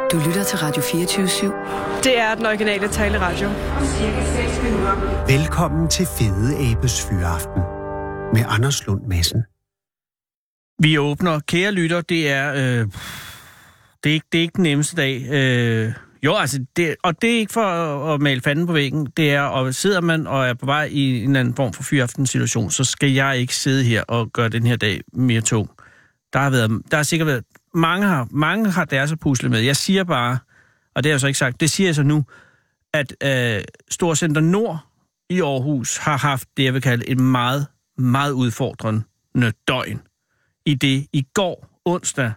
Du lytter til Radio 24/7. Det er den originale taleradio. Velkommen til Fede Abes Fyraften med Anders Lund Madsen. Vi åbner, kære lytter, det er ikke den nemmeste dag. Og det er ikke for at male fanden på væggen. Det er, og sidder man og er på vej i en anden form for fyraftensituation, så skal jeg ikke sidde her og gøre den her dag mere tung. Der har sikkert været, mange har deres at pusle med. Jeg siger bare, og det har jeg så ikke sagt, det siger jeg så nu, at Storcenter Nord i Aarhus har haft det, jeg vil kalde et meget, meget udfordrende døgn. I det i går, onsdag,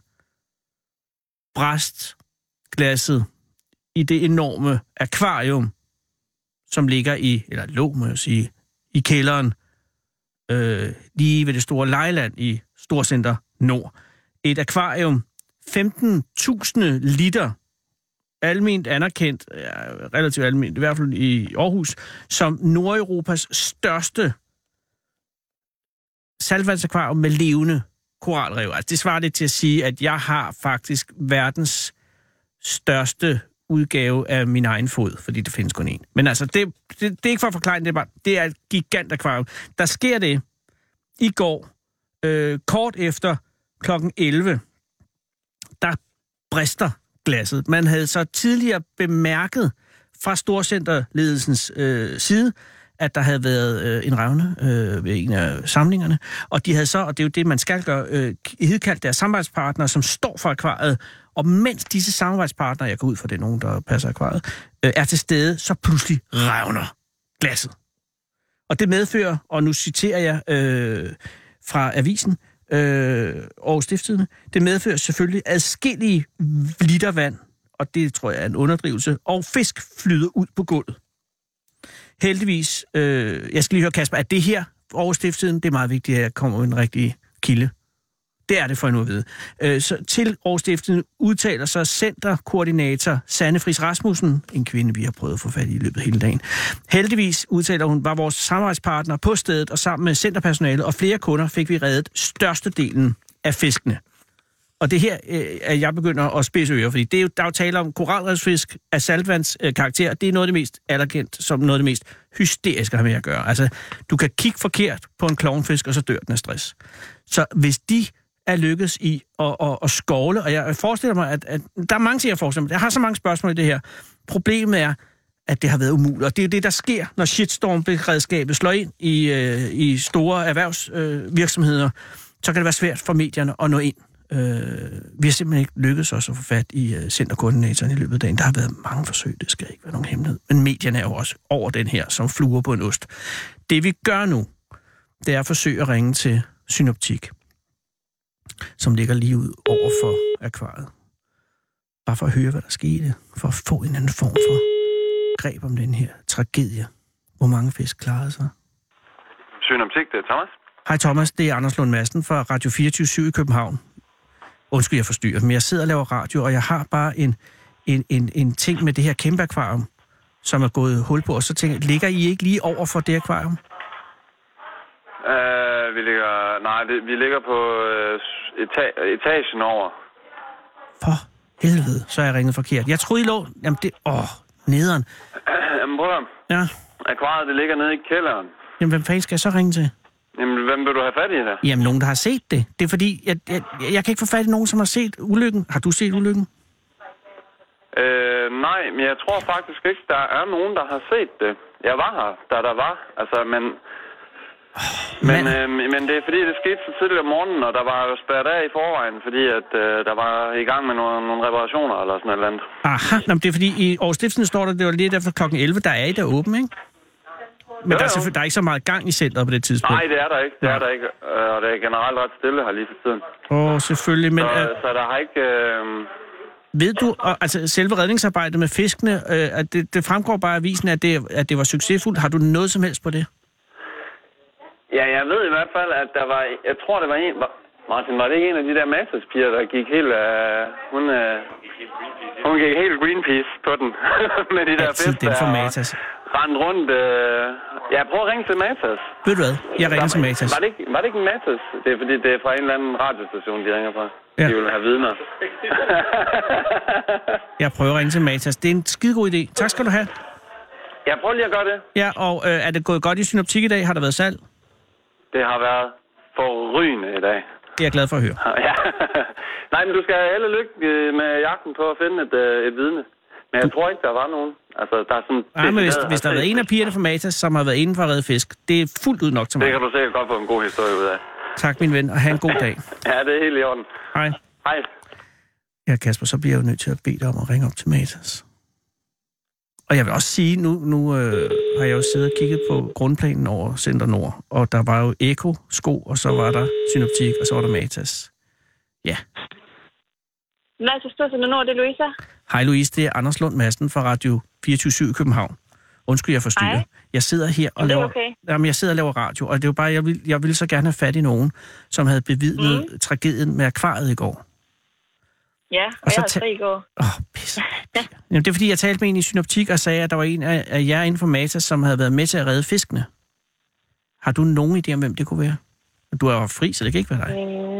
brast glasset i det enorme akvarium, som ligger i kælderen, lige ved det store lejeland i Storcenter Nord. Et akvarium, 15.000 liter, alment anerkendt, relativt alment, i hvert fald i Aarhus, som Nordeuropas største saltvandsakvarium med levende koralrev. Altså, det svarer det til at sige, at jeg har faktisk verdens største udgave af min egen fod, fordi det findes kun én. Men altså, det er ikke for at forklare det, det er et gigant akvarium. Der sker det i går, kort efter klokken 11, der brister glasset. Man havde så tidligere bemærket fra Storcenterledelsens side, at der havde været en revne ved en af samlingerne, og de havde så, og det er jo det, man skal gøre, hidkaldt deres samarbejdspartnere, som står for akvariet, og mens disse samarbejdspartnere, jeg går ud fra det er nogen, der passer akvariet, er til stede, så pludselig revner glasset. Og det medfører, og nu citerer jeg fra avisen, Aarhus Stiftstidende, det medfører selvfølgelig adskillige liter vand, og det tror jeg er en underdrivelse, og fisk flyder ud på gulvet. Heldigvis, jeg skal lige høre, Kasper, at det her Aarhus Stiftstidende, det er meget vigtigt, at jeg kommer med en rigtig kilde. Det er det for nu at vide. Så til Aarhus Stiftstidende udtaler sig centerkoordinator Sanne Friis Rasmussen, en kvinde, vi har prøvet at få fat i løbet af hele dagen. Heldigvis, udtaler hun, var vores samarbejdspartner på stedet, og sammen med centerpersonalet og flere kunder fik vi reddet størstedelen af fiskene. Og det her er jeg begynder at spidse ører, fordi det er jo, der er jo tale om koralrevsfisk af saltvandskarakter. Det er noget af det mest anerkendt som noget af det mest hysteriske at have med at gøre. Altså, du kan kigge forkert på en klovnfisk, og så dør den af stress. Så hvis de er lykkes i at skovle, og jeg forestiller mig, at der er mange ting, jeg forestiller mig. Jeg har så mange spørgsmål i det her. Problemet er, at det har været umuligt, og det er jo det, der sker, når shitstorm-beredskabet slår ind i store erhvervsvirksomheder. Så kan det være svært for medierne at nå ind. Vi har simpelthen ikke lykkedes os at få fat i centerkoordinatoren i løbet af dagen. Der har været mange forsøg, det skal ikke være nogen hemmelighed. Men medierne er jo også over den her, som fluer på en ost. Det vi gør nu, det er at forsøge at ringe til Synoptik, som ligger lige ud over for akvariet. Bare for at høre, hvad der skete. For at få en anden form for greb om den her tragedie. Hvor mange fisk klarede sig. Synoptik, det er Thomas. Hej Thomas, det er Anders Lund Madsen fra Radio 24/7 i København. Undskyld, jeg forstyrrer, men jeg sidder og laver radio, og jeg har bare en ting med det her kæmpe akvarium, som er gået hul på, og så tænker jeg, ligger I ikke lige over for det akvarium? Vi ligger på etagen over. For helvede, så er jeg ringet forkert. Jeg troede, I lå... Jamen det... nederen. Jamen bror, ja. Akvariet, det ligger nede i kælderen. Jamen, hvem fanden skal jeg så ringe til? Jamen, hvem vil du have fat i der? Jamen, nogen, der har set det. Det er fordi, jeg kan ikke få fat i nogen, som har set ulykken. Har du set ulykken? Nej, men jeg tror faktisk ikke, der er nogen, der har set det. Jeg var her, da der var. Altså, men det er fordi, det skete så tidligt om morgenen, og der var jo spærret af i forvejen, fordi at der var i gang med nogle reparationer eller sådan noget andet. Aha, nå, det er fordi, i Aarhus Stiftstidende står der, det var lige efter klokken 11, der er I der åben, ikke? Men der er ikke så meget gang i centret på det tidspunkt. Nej, det er der ikke. Det er der ikke. Og det er generelt ret stille her lige for tiden. Selvfølgelig. Men, så der har ikke... Ved du, altså selve redningsarbejdet med fiskene, at det fremgår bare af avisen, at det var succesfuldt. Har du noget som helst på det? Ja, jeg ved i hvert fald, at der var... Jeg tror, det var en... Martin, var det ikke en af de der masterspiger, der gik helt... Hun gik helt Greenpeace på den med de der fisk. Den for Matas. rende rundt. Jeg prøver at ringe til Matas. Ved du hvad? Jeg ringer til Matas. Var det ikke en Matas? Det er fordi, det er fra en eller anden radiostation, de ringer fra. Ja. De vil have vidner. Jeg prøver at ringe til Matas. Det er en skidegod idé. Tak skal du have. Jeg prøver lige at gøre det. Ja, og er det gået godt i Synoptik i dag? Har der været salg? Det har været forrygende i dag. Det er jeg glad for at høre. Ja. Nej, men du skal have held og lykke med jagten på at finde et vidne. Men jeg tror ikke, der var nogen. Altså, der er sådan... Nej, men hvis der har været en af pigerne fra Matas, som har været inden for at redde fisk, det er fuldt ud nok til mig. Det kan du sikkert godt få en god historie ud af. Tak, min ven, og have en god dag. Ja, det er helt i orden. Hej. Hej. Ja, Kasper, så bliver jeg jo nødt til at bede dig om at ringe op til Matas. Og jeg vil også sige, nu har jeg jo siddet og kigget på grundplanen over Center Nord, og der var jo Eko, Sko, og så var der Synoptik, og så var der Matas. Ja. Matas Center Nord, det er Louisa. Hej Louise, det er Anders Lund Madsen fra Radio 24/7 i København. Undskyld, jeg forstyrrer. Hej. Jeg sidder her og jeg sidder og laver radio, og det er jo bare, jeg ville så gerne have fat i nogen, som havde bevidnet tragedien med akvariet i går. Ja, og jeg havde fri i går. Pisse. Jamen, det er fordi, jeg talte med en i Synoptik og sagde, at der var en af jer inden for Matas, som havde været med til at redde fiskene. Har du nogen idé om, hvem det kunne være? Du er jo fri, så det kan ikke være dig.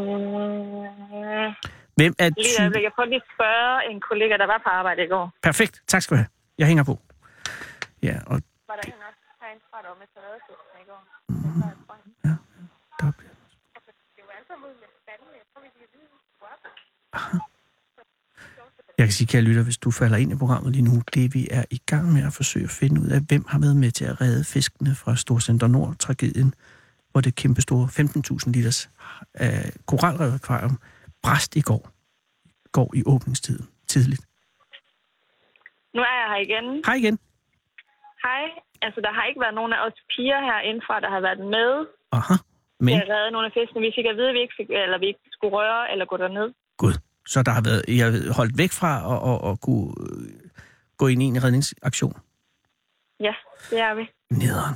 Hvem er lige jeg prøver lige at spørge en kollega, der var på arbejde i går. Perfekt. Tak skal du have. Jeg hænger på. Ja, og... Var der en også herinde fra, der var med til at redde fiskene i går? Ja, der bliver... Det var altså mod med spændende. Jeg tror, vi kan vide, Aha. Jeg kan sige, kære lytter, hvis du falder ind i programmet lige nu, det vi er i gang med at forsøge at finde ud af, hvem har været med til at redde fiskene fra Storcenter Nord-tragedien, hvor det kæmpe store 15.000 liters koralrev-akvarium brast i går i åbningstiden, tidligt. Nu er jeg her igen. Hej igen. Hej. Altså, der har ikke været nogen af os piger herindefra, der har været med. Aha. Men... til at redde nogle af fiskene. Vi fik at vide, at vi ikke skulle røre eller gå derned. Gud. Så der har været, I har holdt væk fra at kunne gå ind i en redningsaktion? Ja, det er vi. Nederen.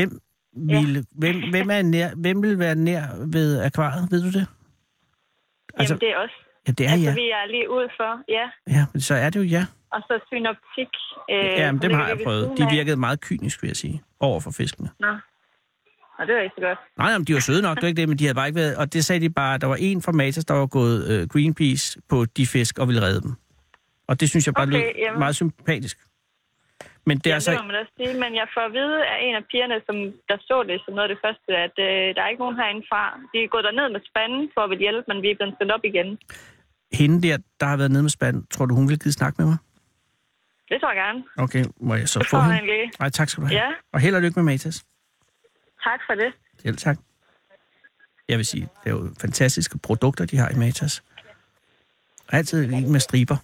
Hvem vil være nær ved akvariet? Ved du det? Altså, jamen, det er os. Ja, det er altså, ja. Vi er lige ude for, ja. Ja, men så er det jo ja. Og så Synoptik. Jamen, dem har jeg prøvet. De virkede meget kynisk, vil jeg sige, over for fiskene. Nå. Og det var ikke så godt. Nej, de var søde nok, det var ikke det, men de havde bare ikke været... Og det sagde de bare, at der var en fra Matas, der var gået Greenpeace på de fisk og ville redde dem. Og det synes jeg bare lød meget sympatisk. Men det er altså... det må man også sige, men jeg får at vide af en af pigerne, der så det som noget af det første, at der er ikke nogen herindefra. De er gået derned med spanden for at ville hjælpe, men vi er blevet sendt op igen. Hende der har været nede med spanden, tror du, hun vil give snakke med mig? Det tror jeg gerne. Okay, må jeg så det få hende? Nej, tak skal du have. Ja. Og held og lykke med Matas. Tak for det. Selv tak. Jeg vil sige, det er jo fantastiske produkter, de har i Matas. Altid lige med striber.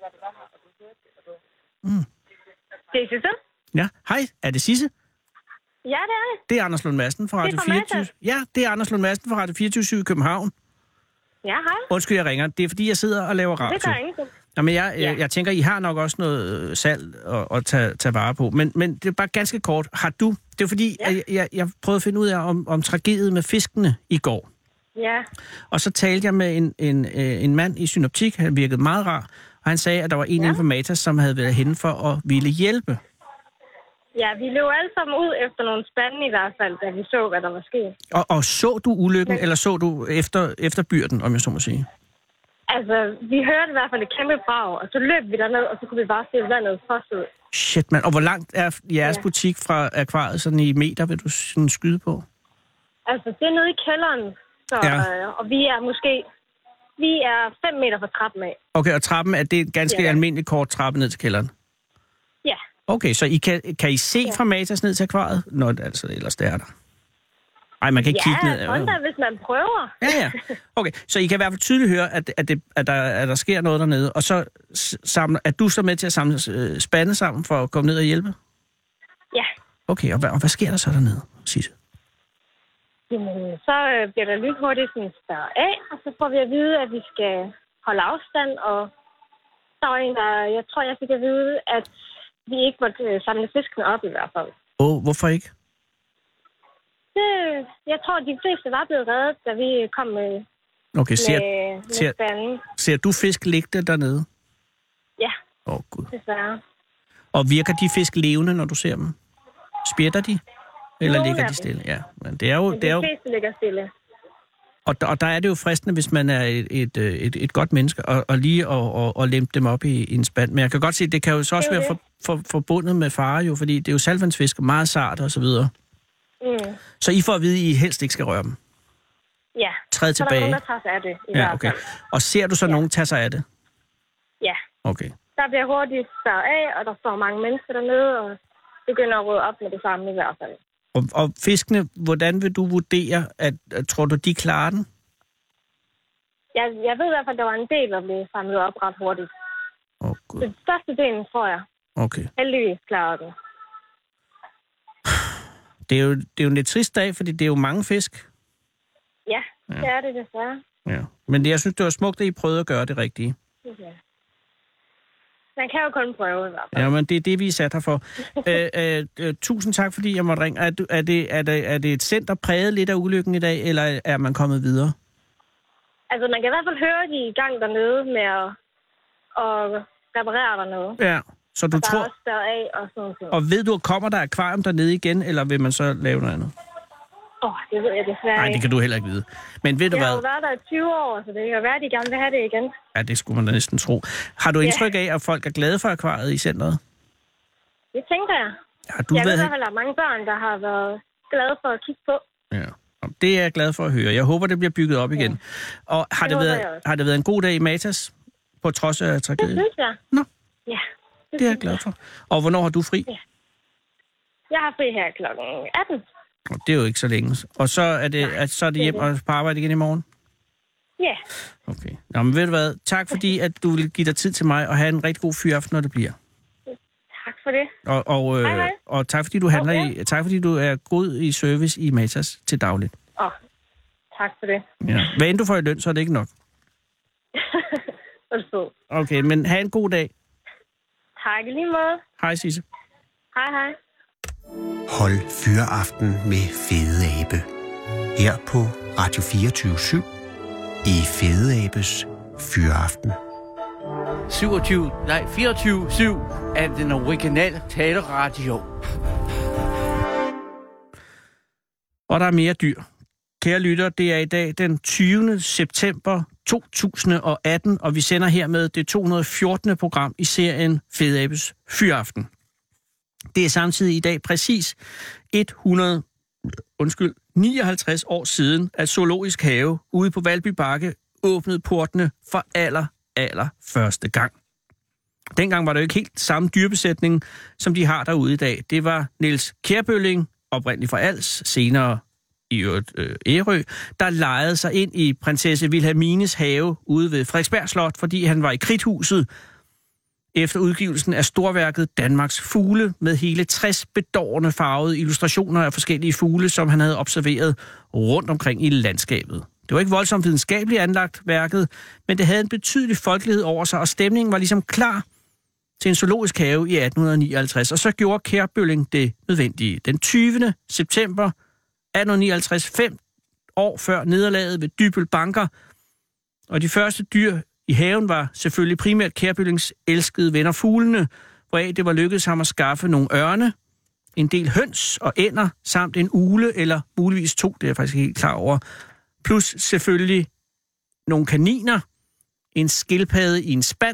Det er Sisse. Ja, hej. Er det Sisse? Ja, det er det. Det er Anders Lund Madsen fra Radio 24. Ja, det er Anders Lund Madsen fra Radio 24 i København. Ja, hej. Undskyld, jeg ringer. Det er, fordi jeg sidder og laver radio. Det gør ingenting. Jamen, jeg tænker, I har nok også noget salg at tage vare på. Men det er bare ganske kort. Har du... Det er fordi, jeg prøvede at finde ud af om tragediet med fiskene i går. Ja. Og så talte jeg med en mand i Synoptik. Han virkede meget rar. Og han sagde, at der var en inden for Matas, som havde været henne for at ville hjælpe. Ja, vi løb alle sammen ud efter nogle spande i hvert fald, da vi så, hvad der var sket. Og så du ulykken, eller så du efter byrden, om jeg så må sige? Altså, vi hørte i hvert fald et kæmpe brag, og så løb vi derned, og så kunne vi bare se vandet frosset. Shit, mand. Og hvor langt er jeres butik fra akvariet sådan i meter, vil du sådan skyde på? Altså, det er nede i kælderen, så, og vi er 5 meter fra trappen af. Okay, og trappen, er det ganske almindelig kort trappe ned til kælderen? Ja. Okay, så kan I se fra Matas ned til akvariet? Nå, altså, ellers det er der. Ej, man kan ikke kigge ned. Ja, hvis man prøver. Ja. Okay, så I kan i hvert fald tydeligt høre, at der sker noget dernede, og så er du så med til at samle spande sammen for at komme ned og hjælpe? Ja. Okay, og hvad sker der så dernede, Sisse? Jamen, så bliver der lynhurtigt sådan spærret af, og så får vi at vide, at vi skal holde afstand, og der var en, jeg tror, jeg fik at vide, at vi ikke måtte samle fiskene op i hvert fald. Hvorfor ikke? Jeg tror, de fleste var blevet reddet, da vi kom med, okay, med spanden. Ser du fisk ligge dernede? Ja. Gud. Desværre. Og virker de fisk levende, når du ser dem? Spjætter de? Eller Nogle ligger af de dem. stille? Ja, men det er jo... Men Det er jo de fleste ligger stille. og der er det jo fristende, hvis man er et godt menneske, og lige at lempe dem op i en spand. Men jeg kan godt se, at det kan jo så også være forbundet med fare, jo, fordi det er jo saltvandsfisk, meget sart og så videre. Mm. Så I får at vide, at I helst ikke skal røre dem? Ja. Træd Så der er tilbage? nogen, der tager sig af det i hvert Okay. fald. Og ser du så nogen tage sig af det? Ja. Okay. Der bliver hurtigt spærret af, og der står mange mennesker dernede, og begynder at rydde op med det samme i hvert fald. Og fiskene, hvordan vil du vurdere, at tror du, de klarer den? Jeg ved i hvert fald, at der var en del, der blev samlet op ret hurtigt. Gud. Den største delen, tror jeg, Okay. heldigvis klarede den. Det er jo en lidt trist dag, fordi det er jo mange fisk. Ja, det er det desværre. Ja. Men jeg synes, det var smukt, at I prøvede at gøre det rigtige. Ja. Man kan jo kun prøve i hvert fald. Ja, men det er det, vi er sat her for. Tusind tak, fordi jeg måtte ringe. Er det et center præget lidt af ulykken i dag, eller er man kommet videre? Altså, man kan i hvert fald høre, de er i gang dernede med at reparere dernede. Ja, så du Der er tror... også spærret af og sådan noget. Og ved du, kommer der akvarium dernede igen, eller vil man så lave noget andet? Det ved jeg desværre Nej, ikke. det kan du heller ikke vide. Men ved du Jeg har jo hvad? været der i 20 år, så det kan være, at de gerne vil have det igen. Ja, det skulle man da næsten tro. Har du indtryk af, at folk er glade for akvariet i centret? Det tænker jeg. Ja, du Jeg ved i ved... hvert fald, at der er mange børn, der har været glade for at kigge på. Ja. Det er jeg glad for at høre. Jeg håber, det bliver bygget op igen. Og har det været en god dag i Matas, på trods af Det tragedien? synes jeg. Nå. Ja. Det er jeg glad for. Og hvornår har du fri? Jeg har fri her klokken 18. Det er jo ikke så længe. Og så er det hjem og på arbejde igen i morgen? Ja. Okay. Nå, men ved du hvad? Tak fordi, at du vil give dig tid til mig og have en rigtig god fyraften, når det bliver. Tak for det. Hej. Og tak fordi du handler tak fordi du er god i service i Matas til dagligt. Tak for det. Ja. Hvad end du får i løn, så er det ikke nok. Okay, men have en god dag. Tak i lige måde. Hej, Sisse. Hej. Hold Fyraften med Fede Abe. Her på Radio 24/7 i Fede Abes Fyraften. 24/7 er den originale taleradio. Og der er mere dyr. Kære lytter, det er i dag den 20. september 2018, og vi sender hermed det 214. program i serien Fede Abes Fyraften. Det er samtidig i dag præcis 59 år siden, at Zoologisk Have ude på Valby Bakke åbnede portene for aller første gang. Dengang var det jo ikke helt samme dyrebesætning, som de har derude i dag. Det var Niels Kjærbølling, oprindeligt fra Als, senere i Ærø, der lejede sig ind i prinsesse Wilhelmines have ude ved Frederiksberg Slot, fordi han var i Kridthuset efter udgivelsen af storværket Danmarks Fugle med hele 60 bedårende farvede illustrationer af forskellige fugle, som han havde observeret rundt omkring i landskabet. Det var ikke voldsomt videnskabeligt anlagt værket, men det havde en betydelig folkelighed over sig, og stemningen var ligesom klar til en zoologisk have i 1859, og så gjorde Kjærbølling det nødvendige. Den 20. september 1859, 5 år før nederlaget ved Dybbøl Banker, og de første dyr i haven var selvfølgelig primært Kjærbøllings elskede venner fuglene, hvoraf det var lykkedes ham at skaffe nogle ørne, en del høns og ænder, samt en ugle, eller muligvis 2, det er jeg faktisk ikke helt klar over, plus selvfølgelig nogle kaniner, en skildpadde i en spand,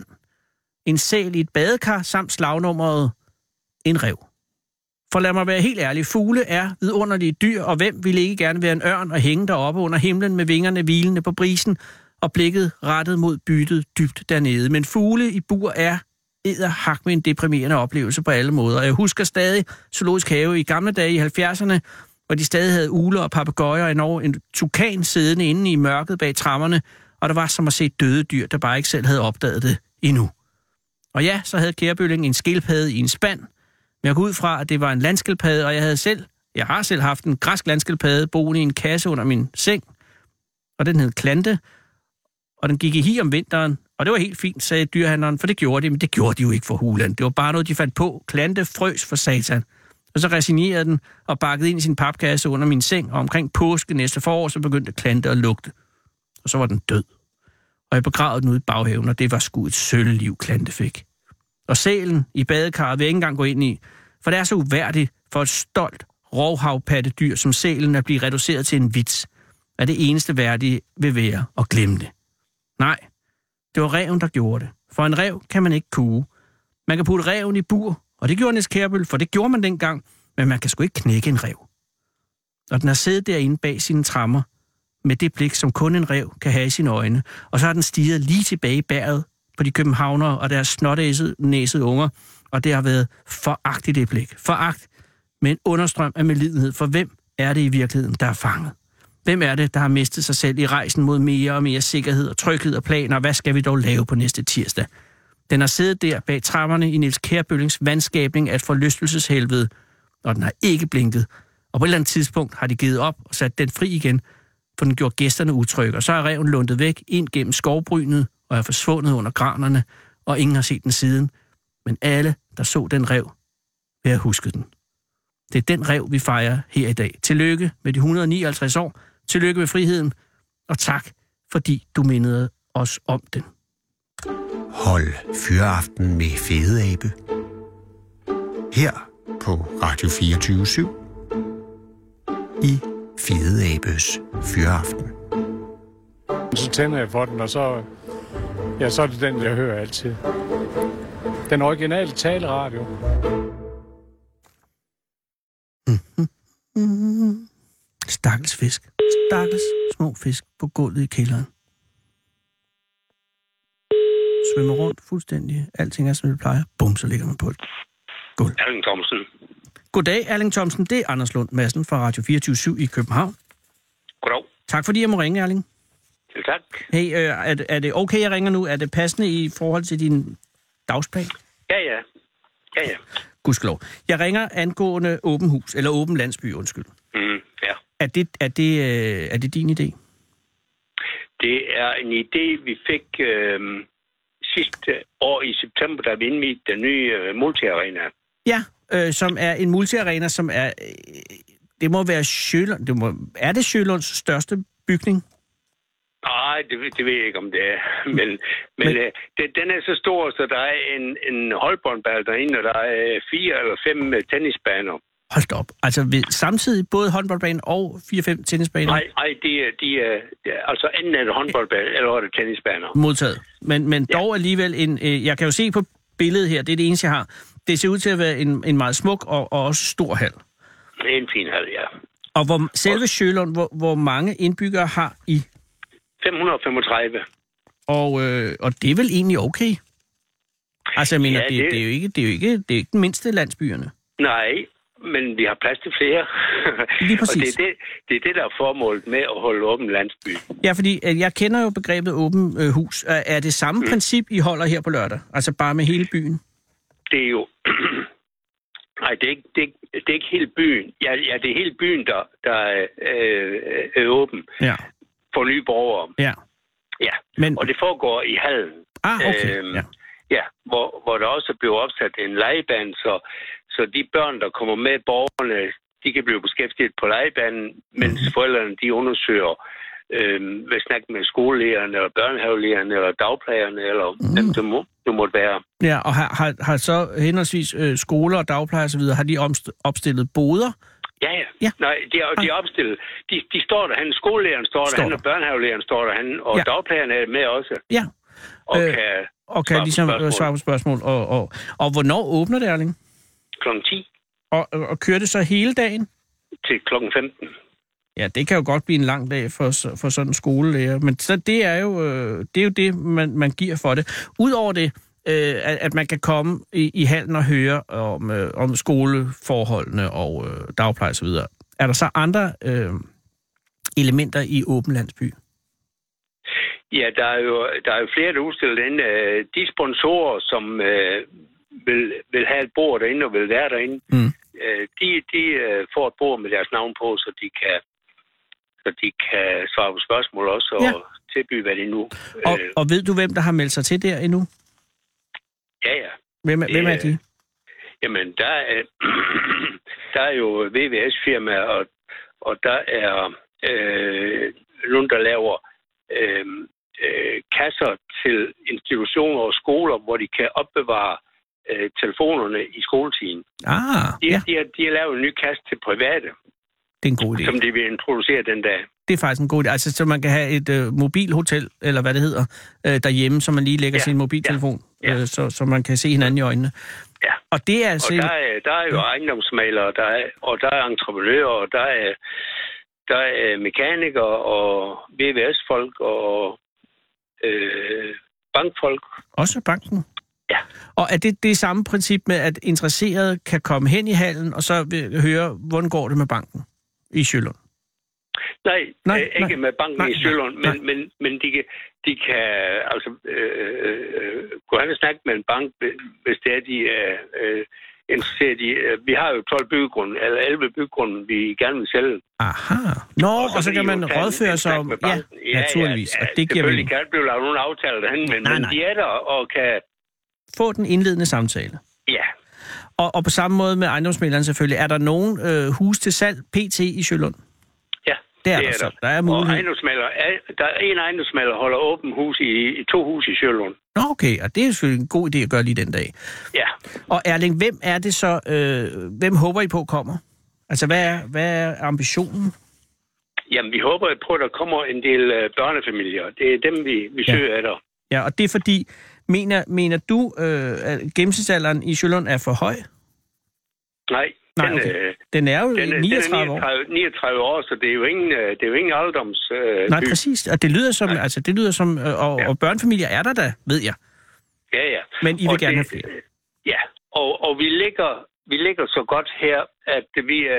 en sæl i et badekar, samt slagnummeret en ræv. For lad mig være helt ærlig, fugle er vidunderlige dyr, og hvem ville ikke gerne være en ørn og hænge deroppe under himlen med vingerne hvilende på brisen og blikket rettet mod byttet dybt dernede. Men fugle i bur er edderhak med en deprimerende oplevelse på alle måder. Jeg husker stadig Zoologisk Have i gamle dage i 70'erne, hvor de stadig havde ugler og papegøjer og endnu en tukan siddende inde i mørket bag trammerne, og der var som at se døde dyr, der bare ikke selv havde opdaget det endnu. Og ja, så havde Kjærbølling en skildpadde i en spand, men jeg går ud fra, at det var en landskildpadde, og jeg har selv haft en græsk landskildpadde boende i en kasse under min seng, og den hed Klante, og den gik i hi om vinteren, og det var helt fint, sagde dyrhandleren, for det gjorde de, men det gjorde de jo ikke for hulen. Det var bare noget, de fandt på. Klante frøs for satan. Og så resignerede den og bakkede ind i sin papkasse under min seng, og omkring påske næste forår, så begyndte Klante at lugte. Og så var den død. Og jeg begravede den ude i baghaven, og det var sgu et sølvliv, Klante fik. Og sælen i badekarret vil jeg ikke engang gå ind i, for det er så uværdigt, for et stolt rovhavpattedyr som sælen at blive reduceret til en vits, er det eneste værdige vil være at glemme det. Nej, det var ræven, der gjorde det. For en ræv kan man ikke kue. Man kan putte ræven i bur, og det gjorde Niels Kjærbøl, for det gjorde man dengang, men man kan sgu ikke knække en ræv. Og den har siddet derinde bag sine trammer, med det blik, som kun en ræv kan have i sine øjne, og så har den stirret lige tilbage i bæret på de københavnere og deres snotnæsede unger, og det har været foragt i det blik. Foragt med en understrøm af medlidenhed, for hvem er det i virkeligheden, der er fanget? Hvem er det, der har mistet sig selv i rejsen mod mere og mere sikkerhed og tryghed og planer? Hvad skal vi dog lave på næste tirsdag? Den har siddet der bag trapperne i Niels Kjærbøllings vandskabning af et forlystelseshelvede, og den har ikke blinket. Og på et eller andet tidspunkt har de givet op og sat den fri igen, for den gjorde gæsterne utrygge. Og så er ræven lundet væk ind gennem skovbrynet og er forsvundet under granerne, og ingen har set den siden. Men alle, der så den ræv, vil have husket den. Det er den ræv, vi fejrer her i dag. Tillykke med de 159 år. Tillykke med friheden. Og tak, fordi du mindede os om den. Hold Fyraften med Fede Abe. Her på Radio 24/7 i Fede Abes Fyraften. Så tænder jeg for den, og så er det den, jeg hører altid. Den originale taleradio. Stakkels fisk. Stakkels små fisk på gulvet i kælderen. Svømmer rundt fuldstændig. Alting er, som det plejer. Bum, så ligger man på et gulv. Erling Thomsen. Goddag, Erling Thomsen. Det er Anders Lund Madsen fra Radio 24/7 i København. Goddag. Tak fordi jeg må ringe, Erling. Selv tak. Hey, er det okay, jeg ringer nu? Er det passende i forhold til din dagsplan? Ja. Gudskelov. Jeg ringer angående åben hus, eller åben landsby, undskyld. Ja. Er det din idé? Det er en idé, vi fik sidste år i september, da vi indvidede den nye multiarena. Ja, som er en multiarena, som er... det må være Sjølund. Er det Sjølunds største bygning? Nej, det ved jeg ikke, om det er. Men den er så stor, så der er en holdbåndbane derinde, og der er 4 eller 5 tennisbaner. Hold op. Altså samtidig både håndboldbanen og 4-5 tennisbaner? Nej, de er altså enten er det håndboldbane, eller er det tennisbaner. Modtaget. Men dog alligevel en... jeg kan jo se på billedet her, det er det eneste, jeg har. Det ser ud til at være en meget smuk og også stor hal. En fin hal, ja. Og selve Sjølund, hvor mange indbyggere har I? 535. Og det er vel egentlig okay? Altså, jeg mener, det er jo ikke den mindste landsbyerne. Nej, men vi har plads til flere. Lige præcis. Og det er det, der er formålet med at holde åben landsby. Ja, fordi jeg kender jo begrebet åben hus. Er det samme princip, I holder her på lørdag? Altså bare med hele byen? Det er jo... Nej, det er ikke hele byen. Ja, det er hele byen, der er åben. Ja. For nye borgere. Ja. Ja, og det foregår i hallen. Okay. Ja, hvor der også blev opsat en legebane, så de børn, der kommer med borgerne, de kan blive beskæftiget på legebanen, mens forældrene, de undersøger, vil snakke med skolelærerne, eller børnehavelærerne, eller dagplejerne, eller dem det måtte være. Ja, og har så henholdsvis skoler og dagplejer osv., har de opstillet boder? Ja. Nej, de er opstillet. De står der, skolelæreren står der, og børnehavelæreren står der, og dagplejerne er med også. Ja. Og kan ligesom svare på spørgsmål. Og hvornår åbner det, Erling? Klokken 10. Og kører det så hele dagen? Til klokken 15. Ja, det kan jo godt blive en lang dag for sådan en skolelærer. Men så det er jo det, man giver for det. Udover det, at man kan komme i hallen og høre om skoleforholdene og dagpleje osv. Er der så andre elementer i åben landsby? Ja, der er jo flere, der udstiller derinde. De sponsorer, som vil have et bord derinde og vil være derinde, de får et bord med deres navn på, så de kan svare på spørgsmål også og tilbyde, hvad det nu. Og ved du, hvem der har meldt sig til der endnu? Ja. Hvem er de? Jamen, der er jo VVS-firma, og der er nogen, der laver kasser til institutioner og skoler, hvor de kan opbevare telefonerne i skoletiden. De har lavet en ny kasse til private. Det er en god idé. Som de vil introducere den dag. Det er faktisk en god idé. Altså, så man kan have et mobilhotel, eller hvad det hedder, derhjemme, så man lige lægger sin mobiltelefon, så man kan se hinanden i øjnene. Ja. Og det er altså... Og der er jo ejendomsmalere, der er entreprenører, og der er mekanikere, og VVS-folk, og bankfolk. Også banken? Ja. Og er det samme princip med, at interesserede kan komme hen i hallen, og så høre, hvordan går det med banken i Sjølund? Nej, ikke med banken i Sjølund, men de kan altså gå hen og snakke med en bank, hvis det er, de er interesseret i. Vi har jo 12 byggegrunde, eller 11 byggegrunde, vi gerne vil sælge. Aha. Og så kan man rådføre sig om... Ja, naturligvis. Og det giver selvfølgelig kan det blive lavet nogle aftaler derhen, men de er der og kan... Få den indledende samtale. Ja. Og på samme måde med ejendomsmægleren selvfølgelig. Er der nogen hus til salg PT i Sjølund? Ja, det er der. Så. Der er mulighed. Og der er en ejendomsmægler, der holder åben hus i 2 huse i Sjølund. Nå, okay. Og det er selvfølgelig en god idé at gøre lige den dag. Ja. Og Erling, hvem er det så... hvem håber I på kommer? Altså, hvad er ambitionen? Jamen, vi håber på, at der kommer en del børnefamilier. Det er dem, vi søger efter. Ja, og det er fordi... Mener du, at gennemsnitsalderen i Sjølund er for høj? Nej. Den er jo 39 år. 39 år, så det er jo ingen alderdoms... Nej, præcis. Og det lyder som... Og børnefamilier er der da, ved jeg. Ja. Men I vil gerne have flere. Ja, og vi ligger så godt her, at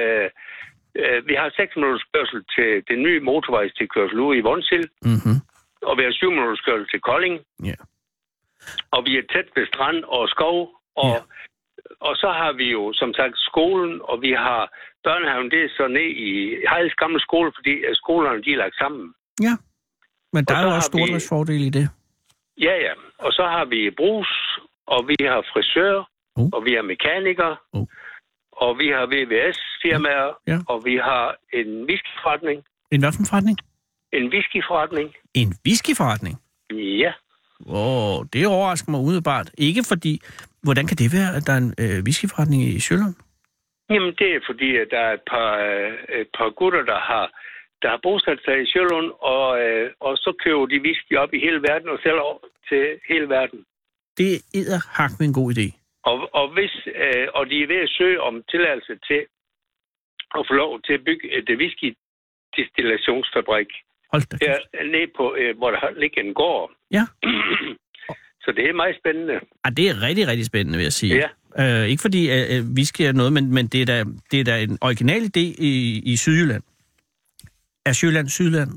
vi har 6 minutters kørsel til den nye motorvejstilkørsel ude i Vonsild. Mm-hmm. Og vi har 7 minutters kørsel til Kolding. Ja. Og vi er tæt ved strand og skov, og så har vi jo som sagt skolen, og vi har børnehaven, det er så ned i Hejls gamle skole, fordi skolerne de er lagt sammen. Ja, men der er jo også stordriftsfordel i det. Ja, og så har vi brus, og vi har frisør, og vi har mekanikere, og vi har VVS-firmaer, og vi har en whiskyforretning. En hvad for en forretning? En whiskyforretning. En whiskyforretning? Ja. Det overrasker mig umiddelbart. Ikke fordi... Hvordan kan det være, at der er en whiskyforretning i Sjølund? Jamen, det er fordi, at der er et par gutter, der har bosat sig i Sjølund, og så køber de whisky op i hele verden og sælger til hele verden. Det er edderhak med en god idé. Og de er ved at søge om tilladelse til at få lov til at bygge et whisky-destillationsfabrik. Hold da. Nede på, hvor der ligger en gård. Ja. Så det er meget spændende. Det er rigtig, rigtig spændende, vil jeg sige. Ja. Ikke fordi whisky er noget, men det er da en original idé i Sydjylland. Er Sjælland Sydjylland?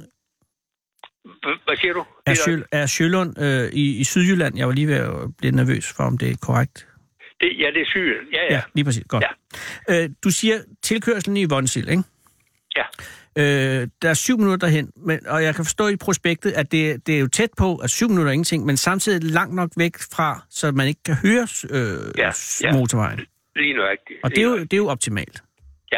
Hvad siger du? Er Sjølund i Sydjylland? Jeg var lige ved at blive nervøs for, om det er korrekt. Det er Sydjylland. Ja, lige præcis. Godt. Ja. Du siger tilkørslen i Vonsild, ikke? Ja. Der er 7 minutter derhen, og jeg kan forstå i prospektet, at det er jo tæt på, at 7 minutter er ingenting, men samtidig langt nok væk fra, så man ikke kan høre motorvejen. Lige nøjagtigt. Og det er jo optimalt. Ja.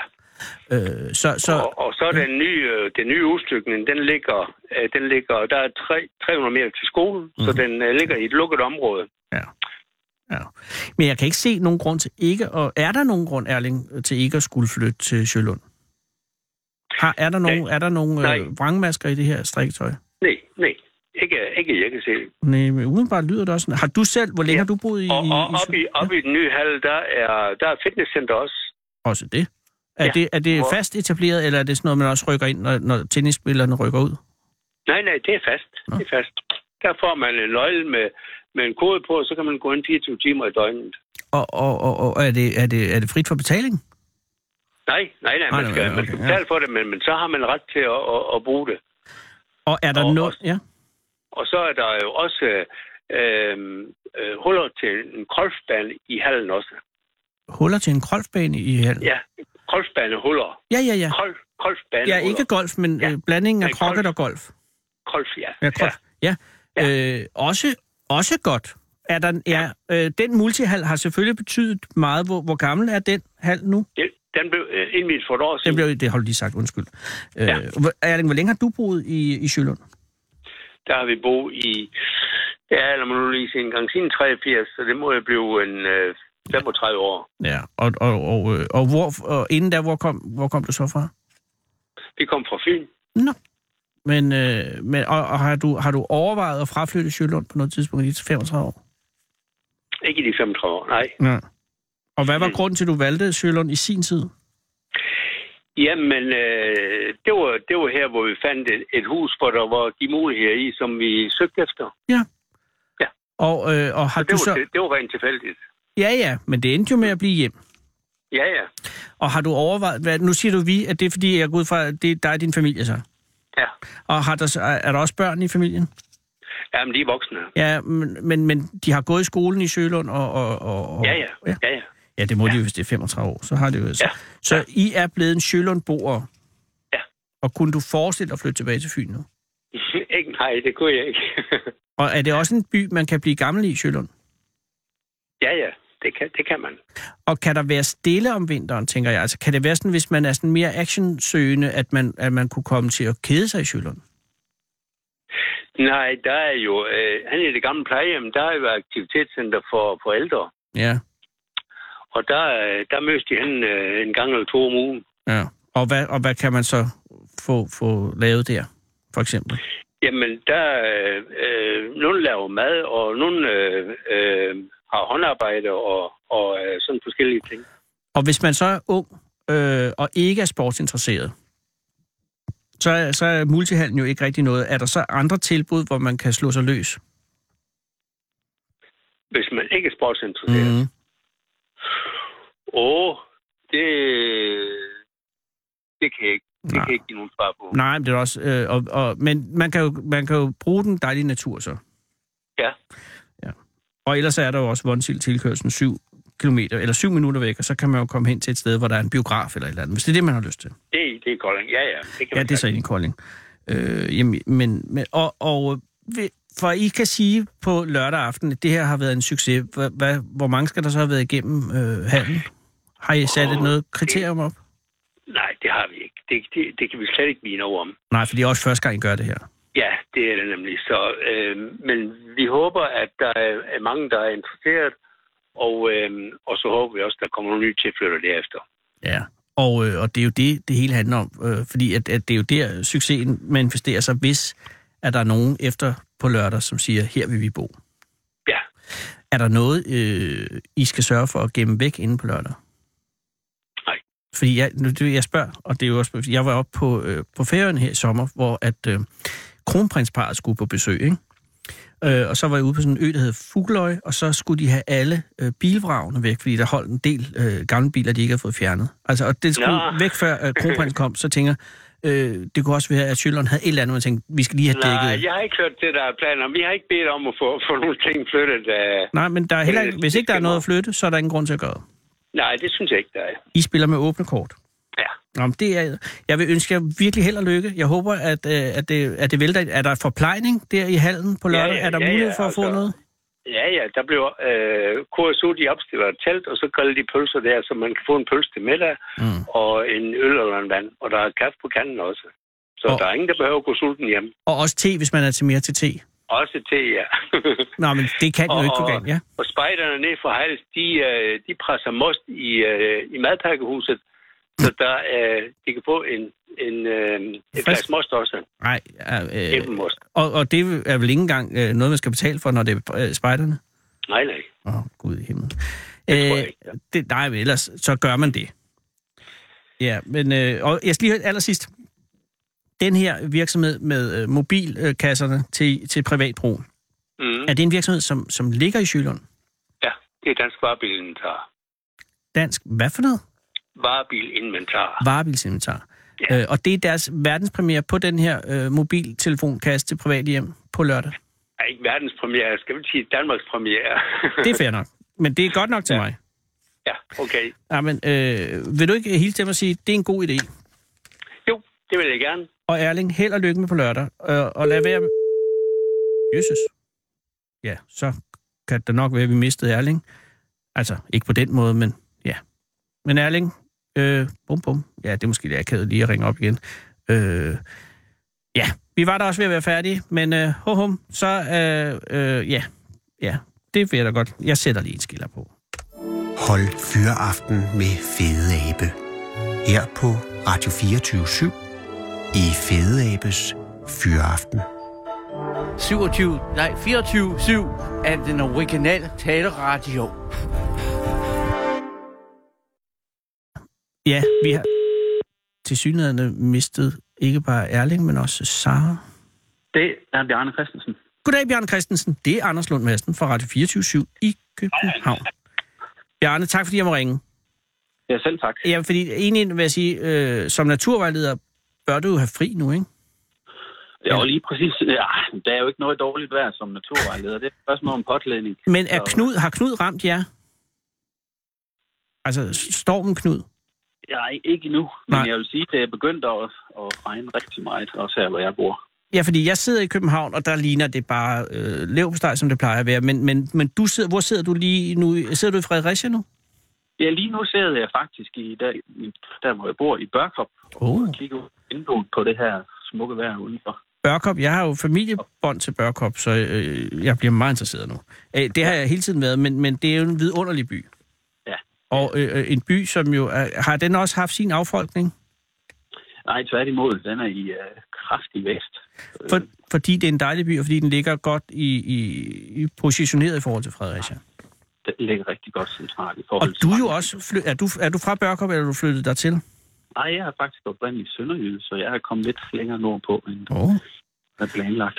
Og så er den nye udstykning, den ligger der er 300 meter til skolen, så den ligger i et lukket område. Ja. Men jeg kan ikke se nogen grund til ikke, og er der nogen grund, Erling, til ikke at skulle flytte til Sjølund? Er der nogle vrangmasker i det her strikketøj? Nej. Ikke jeg kan se. Nej, men udenbart lyder det også sådan. Har du selv, hvor længe har du boet i... Oppe i den nye hal, der er fitnesscenter også. Også det? Er det fast etableret, eller er det sådan noget, man også rykker ind, når tennisspillerne rykker ud? Nej, det er fast. Nå. Det er fast. Der får man en nøgle med en kode på, og så kan man gå ind 24 timer i døgnet. Og er det frit for betaling? Nej, man skal betale for det, men så har man ret til at bruge det. Og er der noget... Ja. Og så er der jo også huller til en golfbane i hallen også. Huller til en golfbane i hallen? Ja, golfbanehuller. Ja. Golfbanehuller. Ja, ikke golf, men blandingen af crocket og golf. Golf, ja. Også godt. Den multihal har selvfølgelig betydet meget. Hvor gammel er den hal nu? Den blev indviet for et år siden. Det har du lige sagt, undskyld. Erling, hvor længe har du boet i Sjølund? Der har vi boet i Ja, lad mig nu lige se en gang. Siden 83, så det må jeg blive en 35 år. Ja, og inden da, hvor kom du så fra? Vi kom fra Fyn. Nå. Men har du overvejet at fraflytte Sjølund på noget tidspunkt i de 35 år? Ikke i de 35 år, nej. Ja. Og hvad var grunden til, at du valgte Sjølund i sin tid? Jamen, det var her, hvor vi fandt et hus, hvor der var de muligheder i, som vi søgte efter. Ja. Ja. Og har du så... Det var rent tilfældigt. Ja, men det endte jo med at blive hjem. Ja. Og har du overvejet... Nu siger du vi, at det er fordi, jeg går ud fra, at det er dig og din familie så? Ja. Og er der også børn i familien? Ja, men de er voksne. Ja, men de har gået i skolen i Sjølund og... Ja. Ja, det må de jo, hvis det er 35 år. Så har det jo... Ja. Så I er blevet en Sjølund-boer. Ja. Og kunne du forestille dig at flytte tilbage til Fyn nu? Ikke, nej, det kunne jeg ikke. Og er det også en by, man kan blive gammel i, Sjølund? Ja, det kan man. Og kan der være stille om vinteren, tænker jeg? Altså, kan det være sådan, hvis man er sådan mere actionsøgende, at man kunne komme til at kede sig i Sjølund? Nej, der er jo... han er i det gamle plejehjem, der er jo aktivitetscenter for ældre. Ja. Og der mødes de hen en gang eller 2 om ugen. Ja. Og hvad kan man så få lavet der, for eksempel? Jamen, der nogle laver mad, og nogle har håndarbejde og sådan forskellige ting. Og hvis man så er ung og ikke er sportsinteresseret, så er multihallen jo ikke rigtig noget. Er der så andre tilbud, hvor man kan slå sig løs? Hvis man ikke er sportsinteresseret? Mm. Det kan jeg ikke. Det kan jeg ikke give nogen svar på. Nej, men det er også... men man kan jo bruge den dejlige natur, så. Ja. Og ellers er der jo også Vonsild tilkørslen 7 kilometer, eller 7 minutter væk, og så kan man jo komme hen til et sted, hvor der er en biograf eller et eller andet, hvis det er det, man har lyst til. Det er Kolding, ja. Det er så inde i Kolding. For I kan sige på lørdag aften, at det her har været en succes. Hvor mange skal der så have været igennem hallen? Har I sat noget kriterium op? Nej, det har vi ikke. Det kan vi slet ikke blive noget om. Nej, for det er også første gang, I gør det her. Ja, det er det nemlig. Så, men vi håber, at der er mange, der er interesseret, og så håber vi også, at der kommer nogle nye tilflytter derefter. Ja, og det er jo det hele handler om, fordi at det er jo der, succesen manifesterer sig, hvis at der er nogen efter på lørdag, som siger, her vil vi bo. Ja. Er der noget, I skal sørge for at gemme væk inde på lørdag? Nej. Fordi jeg spørger, og det er jo også, jeg var oppe på Færøerne her i sommer, hvor at kronprinsparret skulle på besøg, ikke? Og så var jeg ude på sådan en ø, der hed Fugløje, og så skulle de have alle bilvragene væk, fordi der holdt en del gamle biler, de ikke havde fået fjernet. Altså, og det skulle væk før kronprins kom, så tænker det kunne også være, at Sjølund havde et eller andet, og tænkte, vi skal lige have dækket. Nej, jeg har ikke hørt det, der er planer. Vi har ikke bedt om at få nogle ting flyttet. Nej, men der er heller ikke, hvis ikke der er noget at flytte, så er der ingen grund til at gøre det. Nej, det synes jeg ikke, der er. I spiller med åbne kort. Ja. Nå, men jeg vil ønske jer virkelig held og lykke. Jeg håber, at det vælter. Er der forplejning der i hallen på lørdag? Er der mulighed for at få noget? Ja, der bliver KSU, de opstiller et telt, og så griller de pølser der, så man kan få en pølse til middag, og en øl eller en vand. Og der er kaffe på kanden også. Så der er ingen, der behøver at gå sulten hjem. Og også te, hvis man er til mere til te? Også te, ja. Nå, men det kan jo ikke gå galt, ja. Og spejderne ned fra Hals, de presser most i madpakkehuset, så de kan få et glas most også. Nej, æblemost. Og det er vel ikke engang noget, man skal betale for, når det er spejderne? Nej. Gud i himlen. Det tror jeg ikke. Nej, men ellers så gør man det. Ja, men og jeg skal lige høre allersidst. Den her virksomhed med mobilkasserne til privat brug, er det en virksomhed, som ligger i Sjølund? Ja, det er Dansk Varebilinventar. Dansk hvad for noget? Varebilinventar. Varebilsinventar. Ja. Og det er deres verdenspremiere på den her mobiltelefonkasse til private hjem på lørdag? Ja, ikke verdenspremiere, skal vi sige Danmarks premiere. Det er fair nok, men det er godt nok til mig. Ja, okay. Ja, men vil du ikke hilse til mig og sige, at det er en god idé? Jo, det vil jeg gerne. Og Erling, held og lykke med på lørdag. Og lad være med... Jesus. Ja, så kan det nok være, at vi mistede Erling. Altså, ikke på den måde, men ja. Men Erling, bum. Ja, det er måske lidt akavet lige at ringe op igen. Ja, vi var der også ved at være færdige, men så ja, det vil jeg da godt. Jeg sætter lige en skiller på. Hold Fyraften med Fede Abe. Her på Radio 24/7 i Fede Abes Fyraften. 24/7 af den originale taleradio. Ja, vi har tilsyneladende mistet ikke bare Erling, men også Sara. Det er Bjarne Christensen. Goddag, Bjarne Christensen. Det er Anders Lund Madsen fra Radio 24/7 i København. Bjarne, tak fordi jeg må ringe. Ja, selv tak. Ja, fordi egentlig vil jeg sige, som naturvejleder bør du jo have fri nu, ikke? Ja, lige præcis. Ja, der er jo ikke noget dårligt vejr som naturvejleder. Det er et spørgsmål om påklædning. Men har Knud ramt jer? Altså, stormen Knud? Ja, ikke endnu. Men jeg vil sige, at det er begyndt at regne rigtig meget, også her, hvor jeg bor. Ja, fordi jeg sidder i København, og der ligner det bare leverpostej, som det plejer at være. Men du sidder, hvor sidder du lige nu? Sidder du i Fredericia nu? Ja, lige nu sidder jeg faktisk der hvor jeg bor, i Børkop. Og kigger ud på det her smukke vejr udenfor. Børkop, jeg har jo familiebånd til Børkop, så jeg bliver meget interesseret nu. Det har jeg hele tiden været, men det er jo en vidunderlig by. Ja. Og en by, som jo har den også haft sin affolkning? Nej, tværtimod. Den er i kraftig vækst. Fordi det er en dejlig by, og fordi den ligger godt positioneret i forhold til Fredericia? Den ligger rigtig godt centralt i forhold til... Og du er jo også... Er du fra Børkop, eller er du flyttet dertil? Nej, jeg er faktisk oprindeligt sønderjyde, så jeg er kommet lidt længere nordpå, end der er planlagt.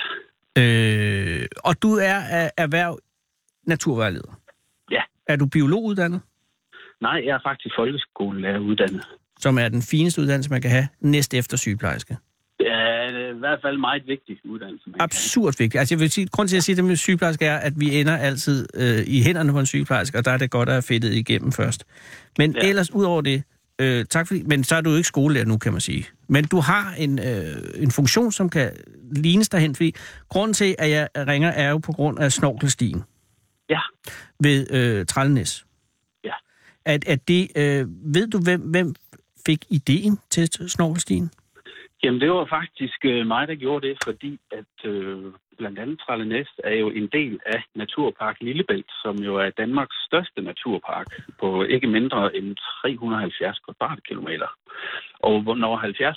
Og du er erhverv naturvejleder? Ja. Er du biologuddannet? Nej, jeg er faktisk folkeskolelærer-uddannet. Som er den fineste uddannelse, man kan have næst efter sygeplejerske? Ja, det er i hvert fald en meget vigtig uddannelse. Absurd vigtig. Altså jeg vil sige, grund til at sige det med sygeplejerske er, at vi ender altid i hænderne på en sygeplejerske, og der er det godt at have fedtet igennem først. Men ellers ud over det, tak fordi, men så er du jo ikke skolelærer nu, kan man sige. Men du har en funktion, som kan lignes derhen, fordi grunden til, at jeg ringer, er jo på grund af snorkelstien. Ja. Ved Trællenæs. Ja. At det, ved du, hvem fik ideen til snorkelstien? Jamen, det var faktisk mig, der gjorde det, fordi at blandt andet Trællenæs er jo en del af Naturpark Lillebælt, som jo er Danmarks største naturpark på ikke mindre end 370 kvadratkilometer. Og når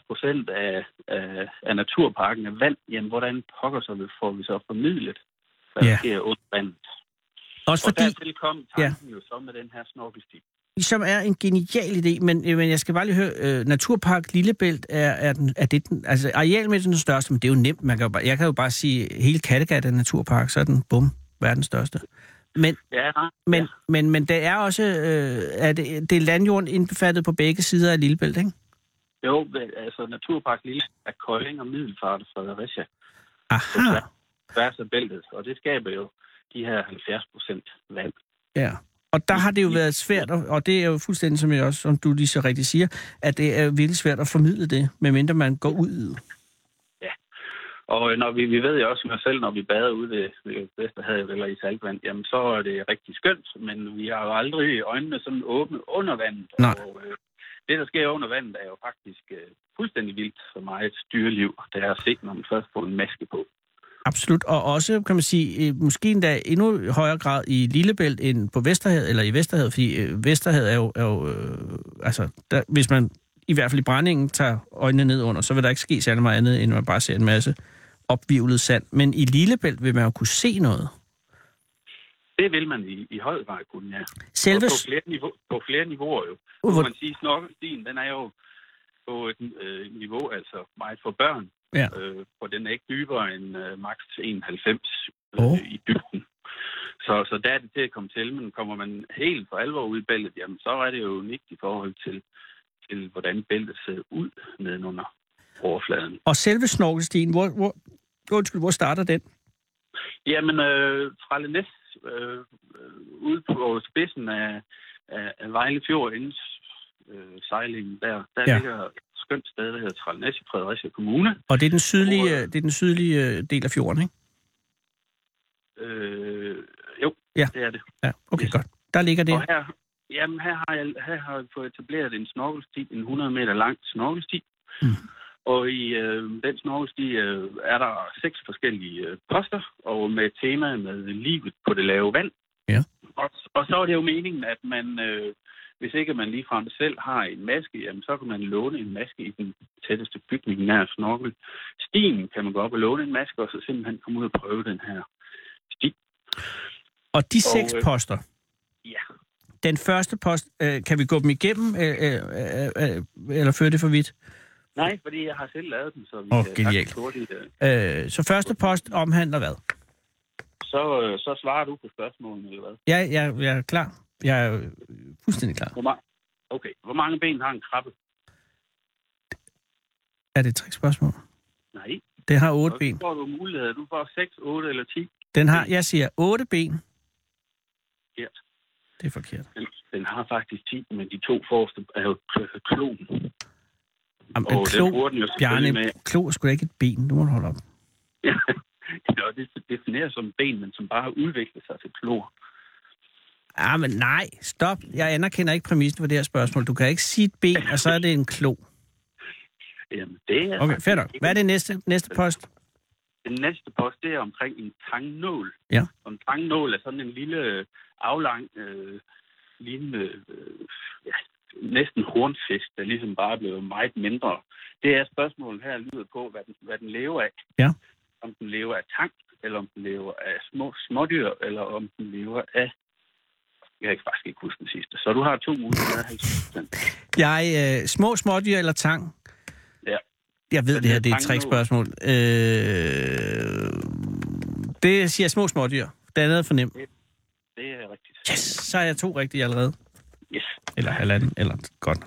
70% af naturparken er vand, jamen, hvordan pokker så får vi så formidlet, hvad der sker under vandet? Også fordi... Og dertil kom tanken jo så med den her snorkelsti. Som er en genial idé, men jeg skal bare lige høre, Naturpark Lillebælt er det den, altså arealmæssigt den største, men det er jo nemt, jeg kan jo bare sige, hele Kattegat er naturpark, så er den, verdens største. Men det er også, det er landjorden indbefattet på begge sider af Lillebælt, ikke? Jo, altså Naturpark Lillebælt er Kolding og Middelfart og Fredericia. Aha. Tværs af bæltet, og det skaber jo de her 70% vand. Ja. Og der har det jo været svært, og det er jo fuldstændig, som du lige så rigtigt siger, at det er virkelig svært at formidle det, medmindre man går ud. Ja, og når vi ved jo også med selv, når vi bader ude ved Vesterhavet eller i saltvand, jamen så er det rigtig skønt, men vi har jo aldrig øjnene sådan åbne under vandet. Nej. Og det, der sker under vandet, er jo faktisk fuldstændig vildt for mig et dyreliv, det er at se, når man først får en maske på. Absolut, og også, kan man sige, måske endda endnu højere grad i Lillebælt end på Vesterhavet, eller i Vesterhavet, fordi Vesterhavet er jo altså, hvis man i hvert fald i brændingen tager øjnene ned under, så vil der ikke ske særlig meget andet, end man bare ser en masse opvivlet sand. Men i Lillebælt vil man jo kunne se noget. Det vil man i høj grad kunne, ja. Selve... På flere niveauer jo. Nu man sige, snorkelstien, den er jo på et niveau, altså meget for børn. Ja. For den er ikke dybere end maks 91 i dybden. Så der er det til at komme til, men kommer man helt for alvor ud i bæltet, jamen så er det jo unikt i forhold til hvordan bæltet ser ud nedenunder overfladen. Og selve snorkelstien, hvor starter den? Jamen, Trællenæs ude på spidsen af Vejle Fjord, inden sejlingen der ligger et skønt sted, der hedder Trællenæs i Fredericia Kommune. Og det er den sydlige del af fjorden, ikke? Jo, ja. Det er det. Ja, okay, godt. Der ligger det. Og her har jeg fået etableret en snorkelsti, en 100 meter lang snorkelsti. Og i den snorkelstige er der 6 forskellige poster, og med tema med livet på det lave vand. Ja. Og så er det jo meningen, at man, hvis ikke man ligefrem selv har en maske, jamen, så kan man låne en maske i den tætteste bygning nær snorkelstien. Kan man gå op og låne en maske, og så simpelthen komme ud og prøve den her sti. Og de 6 poster? Ja. Den første post, kan vi gå dem igennem, eller føre det for vidt? Nej, fordi jeg har selv lavet den, så vi genialt. Så første post omhandler hvad? Så svarer du på spørgsmålene, eller hvad? Ja, jeg er klar. Jeg er fuldstændig klar. Okay. Hvor mange ben har en krabbe? Er det et trickspørgsmål? Nej. Det har 8 ben. Så får du muligheder. Du får 6, 8 eller 10. Jeg siger 8 ben. Forkert. Det er forkert. Den har faktisk 10, men de 2 forreste er jo kloen. Jamen, en klo, Bjarne, klo er sgu da ikke et ben. Du må holde op. Ja, det defineres som ben, men som bare har udviklet sig til klor. Ja, men nej, stop. Jeg anerkender ikke præmissen for det her spørgsmål. Du kan ikke sige et ben, og så er det en klo. Jamen, det er... Okay, fair nok. Hvad er det næste post? Den næste post, det er omkring en tangnål. Ja. Og en tangnål er sådan en lille aflang, lignende, næsten hornfisk, der ligesom bare blev meget mindre. Det er spørgsmålet her lyder på, hvad den lever af. Ja. Om den lever af tang, eller om den lever af smådyr, eller om den lever af... Jeg kan faktisk ikke huske den sidste. Så du har 2 muligheder. Små smådyr eller tang? Ja. Jeg ved, det her det er et trickspørgsmål. Det siger små smådyr. Det er noget for nemt. Det er rigtigt. Yes, så er jeg 2 rigtige allerede. Yes. Eller halvanden, eller godt.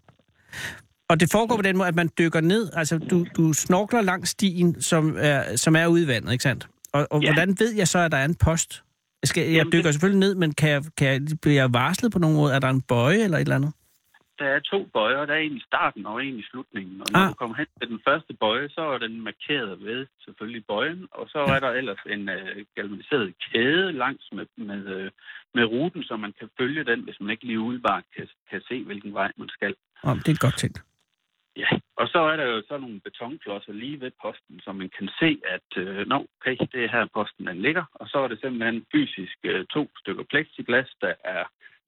Og det foregår på den måde, at man dykker ned. Altså, du snorkler langs stien, som er ude i vandet, ikke sandt? Og hvordan ved jeg så, at der er en post? Jeg dykker selvfølgelig ned, men bliver jeg varslet på nogen måde? Er der en bøje eller et eller andet? Der er 2 bøjer. Der er en i starten og en i slutningen. Og når du kommer hen til den første bøje, så er den markeret ved selvfølgelig bøjen. Og så er der ellers en galvaniseret kæde langs med ruten, så man kan følge den, hvis man ikke lige umiddelbart kan se, hvilken vej man skal. Det er godt tænkt. Ja, og så er der jo så nogle betonklodser lige ved posten, så man kan se, at okay, det er her posten den ligger. Og så er det simpelthen fysisk 2 stykker plexiglas, der er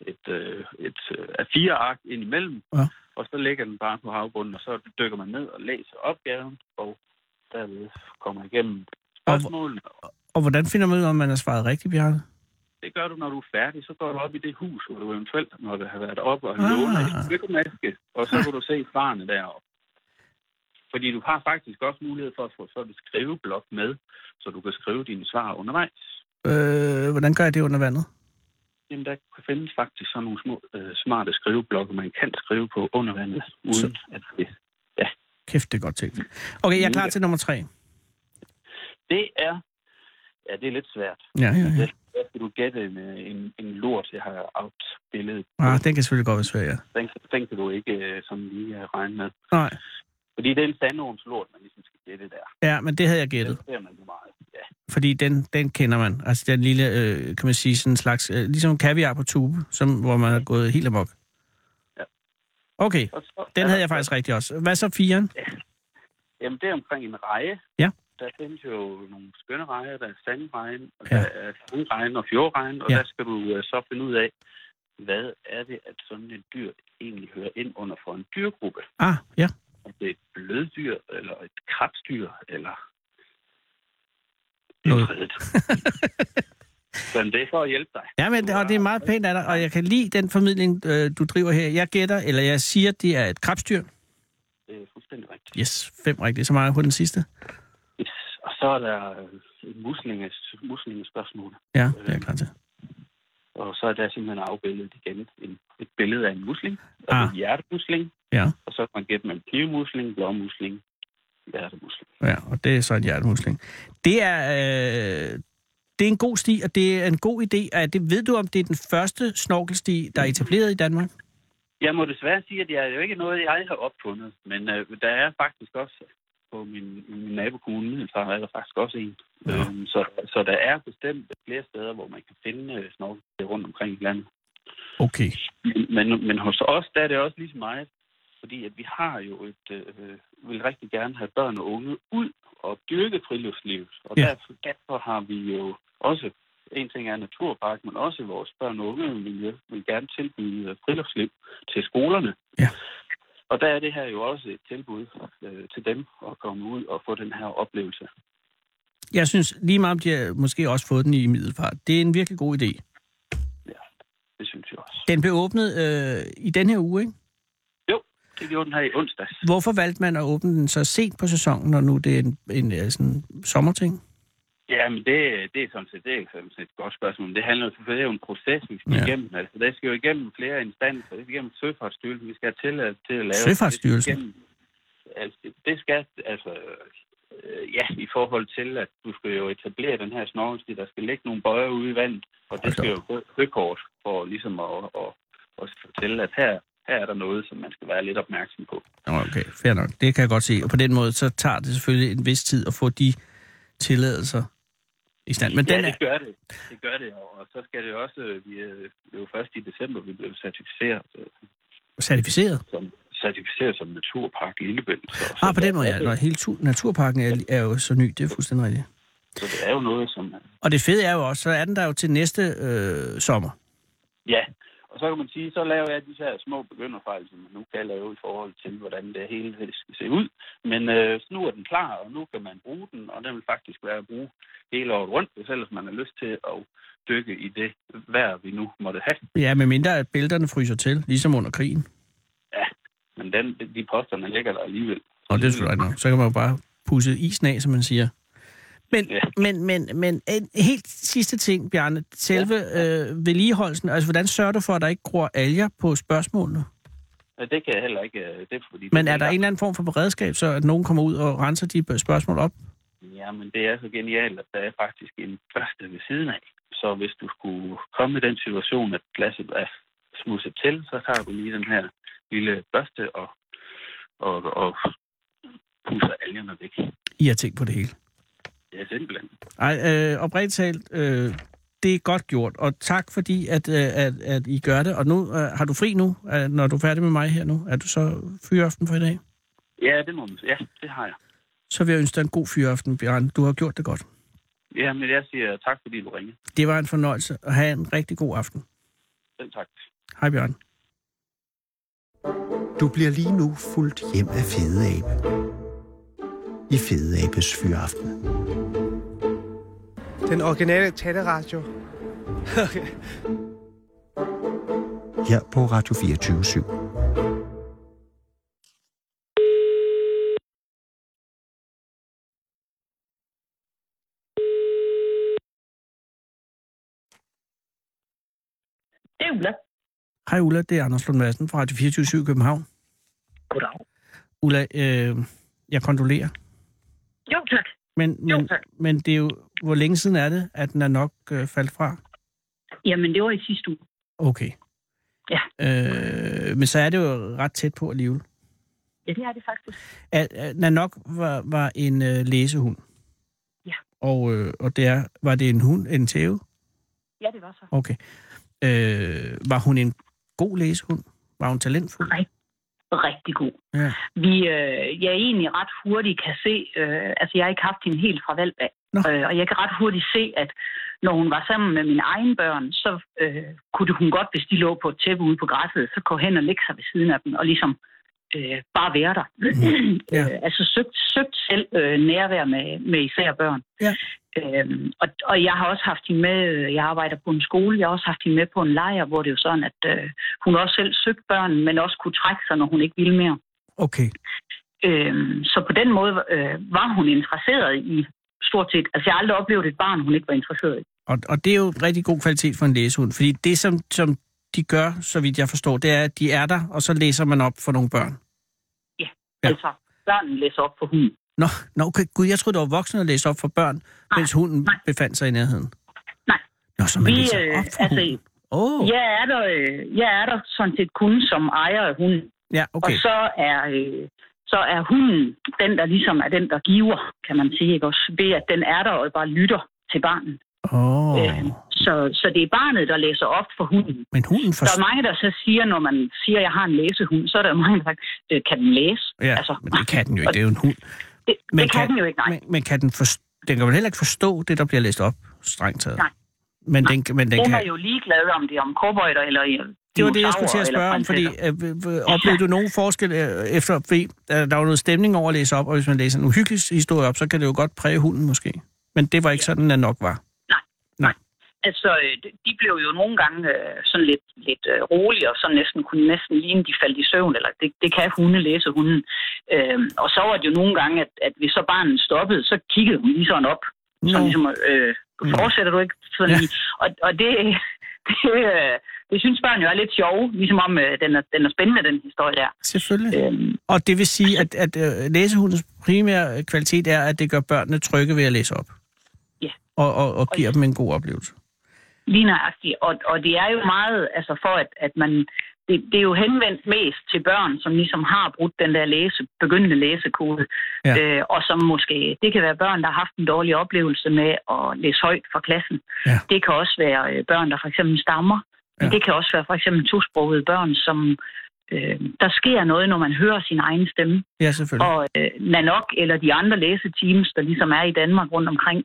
et A4 ark ind imellem. Ja. Og så ligger den bare på havbunden, og så dykker man ned og læser opgaven, og derved kommer igennem spørgsmålene. Og hvordan finder man ud af, om man har svaret rigtigt, Bjarne? Det gør du, når du er færdig. Så går du op i det hus, hvor du eventuelt, når det har været oppe og låne en lykkemaske, og så kan du se svarene deroppe. Fordi du har faktisk også mulighed for at få sådan et skriveblok med, så du kan skrive dine svar undervejs. Hvordan gør jeg det under vandet? Jamen, der findes faktisk sådan nogle små smarte skriveblokke, man kan skrive på under vandet, uden at det... Ja. Kæft, det er godt tænkt. Okay, jeg er klar til nummer 3. Det er... Ja, det er lidt svært. Ja. Der skal du gætte med en lort, jeg har afbilledet. Den kan selvfølgelig godt være svær, ja. Den kan du ikke sådan lige regne med. Nej. Fordi det er en sandormslort, man ligesom skal gætte der. Ja, men det havde jeg gættet. Det ser man jo meget, ja. Fordi den kender man. Altså den lille, kan man sige, sådan en slags... ligesom kaviar på tube, hvor man har gået helt amok. Ja. Okay, den havde jeg faktisk rigtig også. Hvad så 4'eren? Ja. Jamen, det er omkring en reje. Ja. Der findes jo nogle skønne rejer. Der er sandrejen, og der er sandrejen og fjordrejen, og der skal du så finde ud af, hvad er det, at sådan et dyr egentlig hører ind under for en dyrgruppe. Ja. Om det er et bløddyr, eller et krebsdyr, eller noget. Så det er for at hjælpe dig. Ja, men det er meget pænt af dig, og jeg kan lide den formidling, du driver her. Jeg gætter, eller jeg siger, det er et krebsdyr. Det er fuldstændig rigtigt. Yes, 5 rigtigt. Så meget på den sidste. Yes. Og så er der muslingespørgsmål. Ja, det er jeg klar til. Og så er der simpelthen afbildet igen et billede af en musling, altså en hjertemusling. Ja. Og så kan man gætte med en knivmusling, blåmusling, hjertemusling. Ja, og det er så en hjertemusling. Det er en god sti, og det er en god idé. Ved du, om det er den første snorkelsti, der er etableret i Danmark? Jeg må desværre sige, at det er jo ikke noget, jeg har opfundet. Men der er faktisk også på min nabokommune Middelfart, er der faktisk også en. Ja. Så der er bestemt flere steder, hvor man kan finde snorkel rundt omkring i landet. Okay. Men hos os, der er det også ligesom meget, fordi at vi har jo vil rigtig gerne have børn og unge ud og dyrke friluftslivet. Og derfor har vi jo også, en ting er naturpark, men også vores børn og unge vil gerne tilbyde friluftsliv til skolerne. Ja. Og der er det her jo også et tilbud til dem at komme ud og få den her oplevelse. Jeg synes lige meget, om de har måske også fået den i Middelfart. Det er en virkelig god idé. Ja, det synes jeg også. Den blev åbnet i den her uge, ikke? Jo, det gjorde den her i onsdags. Hvorfor valgte man at åbne den så sent på sæsonen, når nu det er en sådan sommerting? Ja, men det er sådan set et godt spørgsmål. Det handler jo selvfølgelig om en proces, vi skal igennem. Altså, det skal jo igennem flere instanser. Det skal igennem Søfartsstyrelsen. Vi skal have tilladelse til at lave... Søfartsstyrelsen? Det skal i forhold til, at du skal jo etablere den her snorkelsti. Der skal ligge nogle bøjer ude i vandet, og det skal jo gå søkort for ligesom at fortælle, at her er der noget, som man skal være lidt opmærksom på. Okay, fair nok. Det kan jeg godt se. Og på den måde, så tager det selvfølgelig en vis tid at få de tilladelser i stand. Men det gør det. Det gør det, og så skal det også... Vi er jo først i december, vi blev certificeret. Certificeret? Certificeret som naturpark i Lillebælt. På den måde, ja. Hele naturparken er jo så ny, det er fuldstændig rigtigt. Så det er jo noget, som... Og det fede er jo også, så er den der jo til næste sommer. Ja, og så kan man sige, så laver jeg de her små begynderfejl, som man nu kan lave i forhold til, hvordan det hele skal se ud. Men nu er den klar, og nu kan man bruge den, og den vil faktisk være at bruge hele året rundt, hvis ellers man har lyst til at dykke i det vejr, vi nu måtte have. Ja, med mindre at bælterne fryser til, ligesom under krigen. Ja, men de posterne ligger der alligevel. Og det er selvfølgelig nok. Så kan man jo bare pusse isen af, som man siger. Men en helt sidste ting, Bjarne. Selve vedligeholdelsen, altså hvordan sørger du for, at der ikke gror alger på spørgsmålene? Ja, det kan jeg heller ikke. Det fordi men er der en eller anden form for beredskab, så at nogen kommer ud og renser de spørgsmål op? Ja, men det er så genialt, at der er faktisk en børste ved siden af. Så hvis du skulle komme i den situation, at glasset er smudset til, så tager du lige den her lille børste og pusser algerne væk. I har tænkt på det hele? Ja, simpelthen. Oprigtigt talt, det er godt gjort, og tak fordi, at I gør det. Og nu har du fri nu, når du er færdig med mig her nu? Er du så fyraften for i dag? Ja, det har jeg. Så vil jeg ønske dig en god fyraften, Bjarne. Du har gjort det godt. Ja, men jeg siger tak, fordi du ringede. Det var en fornøjelse at have en rigtig god aften. Selv tak. Hej, Bjarne. Du bliver lige nu fuldt hjem af Fede Abe. I Fede Abes Fyraften. Den originale taleradio. Okay. Her på Radio 24/7. Det er Ulla. Hej Ulla, det er Anders Lund Madsen fra Radio 24/7 København. Goddag. Ulla, jeg kondolerer. Jo, tak. Men det er jo, hvor længe siden er det, at den er nok faldt fra? Jamen, det var i sidste uge. Okay. Ja. Men så er det jo ret tæt på alligevel. Ja, det er det faktisk. Nanok var en læsehund. Ja. Og var det en hund, en tæve? Ja, det var så. Okay. Var hun en god læsehund? Var hun talentfuld? Rigtig god. Ja. Jeg egentlig ret hurtigt kan se, altså jeg har ikke haft hende helt fra valg af, og jeg kan ret hurtigt se, at når hun var sammen med mine egne børn, så kunne hun godt, hvis de lå på et tæppe ude på græsset, så gå hen og lægge sig ved siden af dem, og ligesom bare være der. Ja. Altså søgt selv nærvær med især børn. Ja. Og jeg har også haft hende med, jeg arbejder på en skole, jeg har også haft hende med på en lejr, hvor det er jo sådan, at hun også selv søgte børn, men også kunne trække sig, når hun ikke ville mere. Okay. Så på den måde var hun interesseret i stort set, altså jeg har aldrig oplevet et barn, hun ikke var interesseret i. Og det er jo rigtig god kvalitet for en læsehund, fordi det, som de gør, så vidt jeg forstår, det er, at de er der, og så læser man op for nogle børn. Ja. Altså børnene læser op for hunden. Nå, okay. Gud, jeg troede, der var voksne, der læser op for børn, mens hunden befandt sig i nærheden. Nej. Nå, så man læser op for hunden. Jeg er der sådan set kun som ejer af hunden. Ja, okay. Og så er hunden den, der ligesom er den, der giver, kan man sige, ikke også? Ved at den er der og bare lytter til barnet. Så det er barnet, der læser op for hunden. Men hunden Der er mange, der så siger, når man siger, at jeg har en læsehund, så er der mange, der siger, kan den læse? Ja, altså, men det kan den jo ikke. Det er jo en hund. Det kan den jo ikke, nej. Men kan den kan vel heller ikke forstå det, der bliver læst op, strengt taget? Nej. Men nej. Den den kan... er jo ligeglad, om det er om cowboyder eller det var det, jeg skulle til at spørge om, fordi oplevede du nogen forskel efter, der var noget stemning over at læse op, og hvis man læser en uhyggelig historie op, så kan det jo godt præge hunden måske. Men det var ikke sådan, at nok var. Nej. Altså, de blev jo nogle gange sådan lidt rolige, og så kunne næsten ligne, de faldt i søvn, eller det kan hunde læse hunden. Og så var det jo nogle gange, at hvis så barnet stoppede, så kiggede hun lige sådan op. Så ligesom, fortsætter du ikke? Sådan lige. Og det synes børn jo er lidt sjove, ligesom om den er spændende, den historie der. Selvfølgelig. Og det vil sige, at læsehundens primære kvalitet er, at det gør børnene trygge ved at læse op. Ja. Og giver dem en god oplevelse. Lige nøjagtigt. Og det er jo meget, altså for at man... Det er jo henvendt mest til børn, som ligesom har brudt den der begyndende læsekode. Ja. Og som måske... Det kan være børn, der har haft en dårlig oplevelse med at læse højt for klassen. Ja. Det kan også være børn, der for eksempel stammer. Ja. Det kan også være for eksempel tosprogede børn, som... der sker noget, når man hører sin egen stemme. Ja, selvfølgelig. Og Nanok eller de andre læseteams, der ligesom er i Danmark rundt omkring...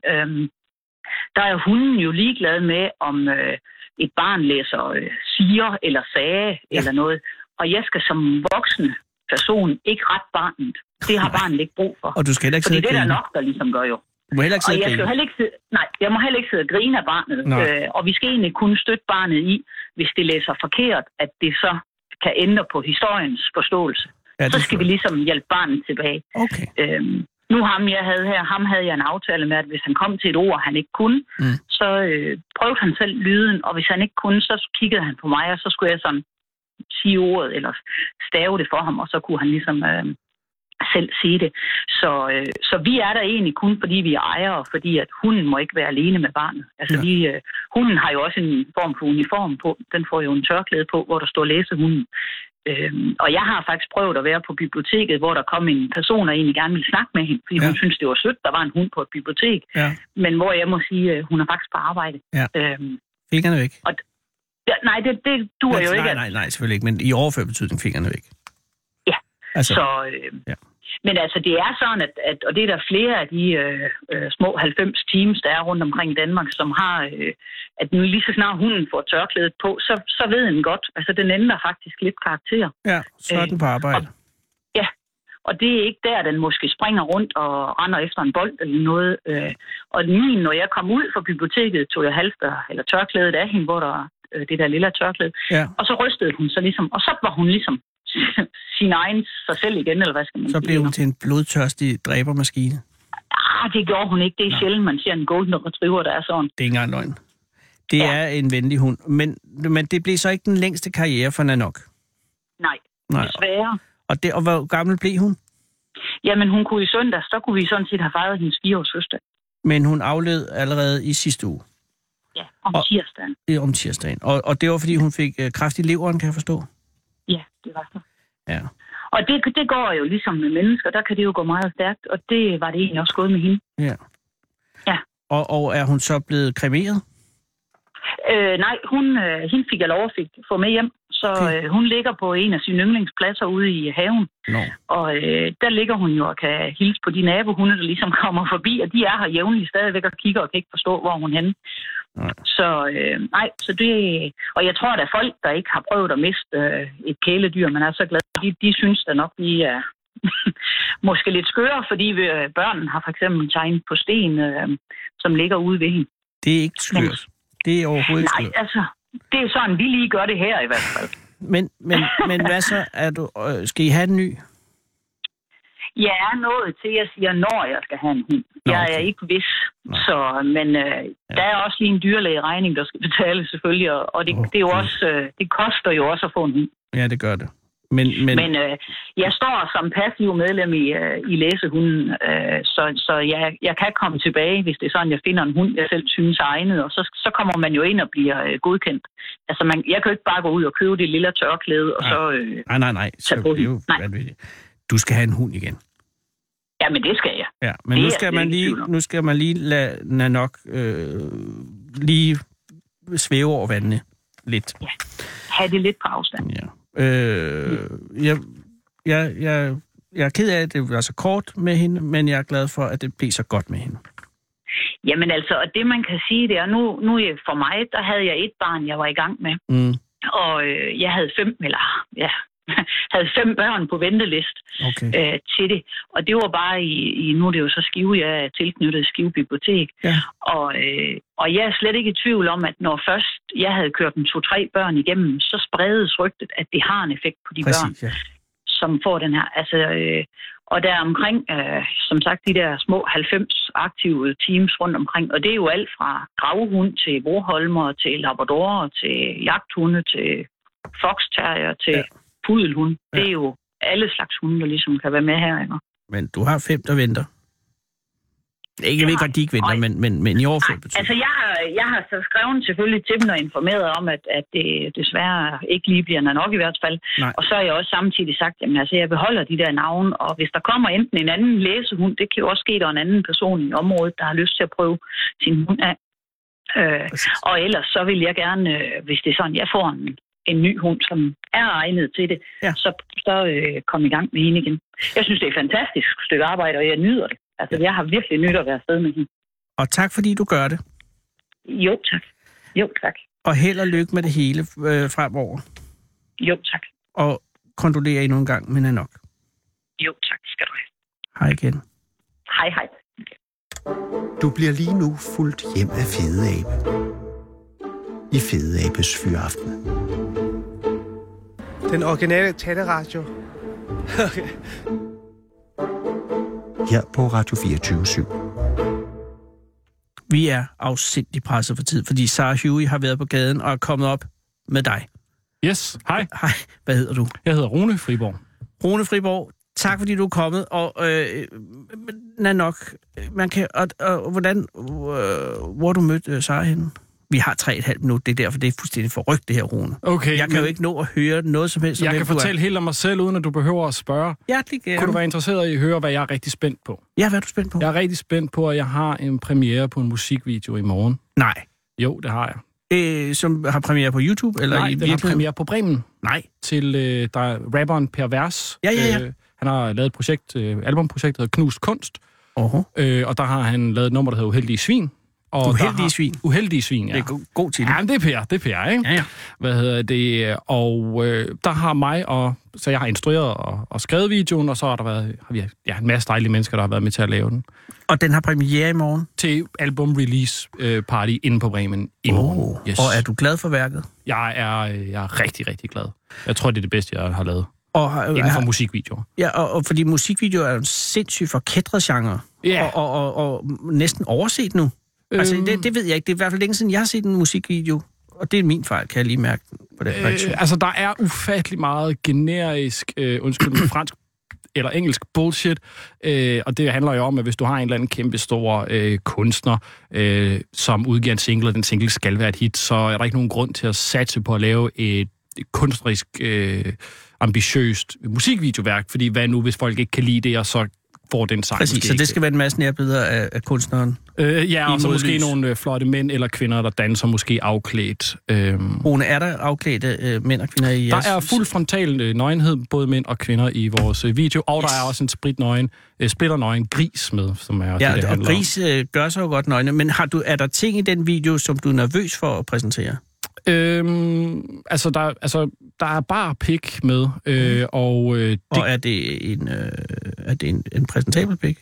der er hunden jo ligeglad med, om et barn læser siger eller sagde eller noget. Og jeg skal som voksen person ikke rette barnet. Det har barnet ikke brug for. Og du skal heller ikke sidde og grine. det er der nok, der ligesom gør jo. Du må heller ikke sidde og grine. Jeg må heller ikke sidde og grine af barnet. Og vi skal egentlig kunne støtte barnet i, hvis det læser forkert, at det så kan ændre på historiens forståelse. Ja, så skal vi ligesom hjælpe barnet tilbage. Okay. Nu ham havde jeg en aftale med, at hvis han kom til et ord, han ikke kunne, så prøvede han selv lyden, og hvis han ikke kunne, så kiggede han på mig, og så skulle jeg sådan sige ordet, eller stave det for ham, og så kunne han ligesom selv sige det. Så vi er der egentlig kun, fordi vi er ejere, fordi at hunden må ikke være alene med barnet. Altså hunden har jo også en form for uniform på, den får jo en tørklæde på, hvor der står læsehunden. Og jeg har faktisk prøvet at være på biblioteket, hvor der kom en person, der egentlig gerne ville snakke med hende, fordi hun synes, det var sødt, der var en hund på et bibliotek. Ja. Men hvor jeg må sige, at hun er faktisk på arbejde. Ja. Fingrene væk. Nej, det duer jo ikke. Nej, selvfølgelig ikke, men i overført betydning fingrene væk. Ja, altså, men altså det er sådan, at og det er der flere af de små 90 teams, der er rundt omkring i Danmark, som har, at nu lige så snart hunden får tørklædet på, så ved den godt. Altså den ændrer faktisk lidt karakter. Ja, så er den på arbejde. Og det er ikke der, den måske springer rundt og render efter en bold eller noget. Og når jeg kom ud fra biblioteket, tog jeg halster eller tørklædet af hende, hvor der det der lille tørklæde. Ja. Og så rystede hun så ligesom, og så var hun ligesom sin egen sig selv igen, eller hvad skal man sige? Så blev hun til en blodtørstig dræbermaskine. Det gjorde hun ikke. Det er sjældent, man ser en golden retriever, der er sådan. Det er ikke engang løgn. Det er en venlig hund. Men det blev så ikke den længste karriere for Nanok? Nej, desværre. Og hvor gammel blev hun? Jamen, hun kunne i søndags, så kunne vi sådan set have fejret hendes 4-års fødselsdag. Men hun afled allerede i sidste uge? Ja, tirsdagen. Om tirsdagen. Og det var, fordi hun fik kræft i leveren, kan jeg forstå? Ja, det var så. Ja. Og det går jo ligesom med mennesker, der kan det jo gå meget stærkt, og det var det egentlig også gået med hende. Ja. Ja. Og er hun så blevet kremeret? Nej, hende fik jeg lov at få med hjem, så hun ligger på en af sine yndlingspladser ude i haven. No. Og der ligger hun jo og kan hilse på de nabohunde, der ligesom kommer forbi, og de er her jævnligt stadigvæk og kigger og kan ikke forstå, hvor hun er henne. Nej. Så det... Og jeg tror, at der er folk, der ikke har prøvet at miste et kæledyr, men er så glade. De synes da nok, vi er måske lidt skøre, fordi børnene har for eksempel tegnet på sten, som ligger ude ved hende. Det er ikke skørt. Det er overhovedet ikke skørt. Nej, altså, det er sådan, vi lige gør det her i hvert fald. Men hvad så? Skal I have en ny? Jeg er nået til, at jeg siger, når jeg skal have en hund. Jeg er ikke vis. Men der er også lige en dyrlægeregning, der skal betales selvfølgelig, og det er jo også, det koster jo også at få en hund. Ja, det gør det. Men jeg står som passiv medlem i læsehunden, så jeg kan komme tilbage, hvis det er sådan, jeg finder en hund, jeg selv synes er egnet, og så kommer man jo ind og bliver godkendt. Altså, jeg kan jo ikke bare gå ud og købe det lille tørklæde, og så... Nej. Så det er jo vanvittigt. Du skal have en hund igen. Ja, men det skal jeg. Ja, men nu skal man lige lade Nanok lige svæve over vandene lidt. Ja, have det lidt på afstand. Ja. Jeg er ked af, at det var så kort med hende, men jeg er glad for, at det blev så godt med hende. Jamen altså, og det man kan sige, det er, nu for mig, der havde jeg et barn, jeg var i gang med. Mm. Og jeg havde 5 børn på ventelist til det. Og det var bare nu er det jo så Skive, jeg er tilknyttet Skive Bibliotek. Ja. Og jeg er slet ikke i tvivl om, at når først jeg havde kørt 2-3 børn igennem, så spredes rygtet, at det har en effekt på de børn, som får den her. Altså, og der er omkring, som sagt, de der små 90 aktive teams rundt omkring. Og det er jo alt fra gravehund til vorholmer, til labradorer, til jagthunde, til foxterrier, til pudelhund. Ja. Det er jo alle slags hunde, der ligesom kan være med her, ikke? Men du har 5, der venter. Jeg ved godt, de ikke venter, men i overført betyder. Altså, jeg har så skrevet selvfølgelig til dem og informeret om, at det desværre ikke lige bliver nok i hvert fald. Nej. Og så har jeg også samtidig sagt, at altså, jeg beholder de der navne, og hvis der kommer enten en anden læsehund, det kan jo også ske, der er en anden person i området, der har lyst til at prøve sin hund af. Og ellers så vil jeg gerne, hvis det er sådan, jeg får en ny hund, som er egnet til det, så kom i gang med hende igen. Jeg synes, det er et fantastisk stykke arbejde, og jeg nyder det. Altså, jeg har virkelig nyt at være afsted med hende. Og tak, fordi du gør det. Jo, tak. Jo, tak. Og held og lykke med det hele fremover. Jo, tak. Og kondolerer endnu en gang, men er nok. Jo, tak skal du have. Hej igen. Hej, hej. Du bliver lige nu fuldt hjem af Fede Abe. I Fede Abes Fyraften. Den originale taleradio. Okay. Her på Radio 24/7. Vi er afsindig presset for tid, fordi Sarah Huey har været på gaden og er kommet op med dig. Yes, hej. Hej, hvad hedder du? Jeg hedder Rune Friborg. Rune Friborg, tak fordi du er kommet, og nok, man kan, og hvordan, hvor har du mødt Sarah henne? Vi har 3,5 minutter, det er derfor, det er fuldstændig forrygt, det her, Rune. Okay, jeg kan jo ikke nå at høre noget som helst. Jeg kan fortælle helt om mig selv, uden at du behøver at spørge. Hjertelig gerne. Kunne du være interesseret i at høre, hvad jeg er rigtig spændt på? Ja, hvad er du spændt på? Jeg er rigtig spændt på, at jeg har en premiere på en musikvideo i morgen. Nej. Jo, det har jeg. Som har premiere på YouTube? Eller nej, den har premiere på Bremen. Nej. Til der er rapperen Per Vers. Ja. Han har lavet et projekt, albumprojekt, der hedder Knust Kunst. Og der har han lavet et nummer, der hedder Uheldige Svin. Og Uheldige Svin? Uheldige Svin, ja. Det er god til det. Ja, det er Per, ikke? Ja. Hvad hedder det? Og der har mig så jeg har instrueret og skrevet videoen, og så har vi en masse dejlige mennesker, der har været med til at lave den. Og den har premiere i morgen? Til album release party inde på Bremen i morgen. Yes. Og er du glad for værket? Jeg er rigtig, rigtig glad. Jeg tror, det er det bedste, jeg har lavet. Inden for musikvideoer. Ja, og fordi musikvideoer er en sindssygt forkætret genre. Ja. Og næsten overset nu. Altså, det ved jeg ikke. Det er i hvert fald længe siden, jeg har set en musikvideo. Og det er min fejl, kan jeg lige mærke på den reaktion. Altså, der er ufattelig meget generisk, fransk eller engelsk bullshit. Og det handler jo om, at hvis du har en eller anden kæmpe stor kunstner, som udgiver en single, og den single skal være et hit, så er der ikke nogen grund til at satse på at lave et kunstnerisk, ambitiøst musikvideoværk. Fordi hvad nu, hvis folk ikke kan lide det, og så får den sang. Præcis, så det skal være en masse nærbilleder af kunstneren. Ja, og så måske nogle flotte mænd eller kvinder, der danser måske afklædt. Rune, er der afklædte mænd og kvinder i jeres? Der er fuld frontal nøgenhed, både mænd og kvinder i vores video, og der er også en splitternøgen gris med, som er det og gris gør sig jo godt nøgne, men er der ting i den video, som du er nervøs for at præsentere? Der er bare pik med, og er det en præsentabel pik?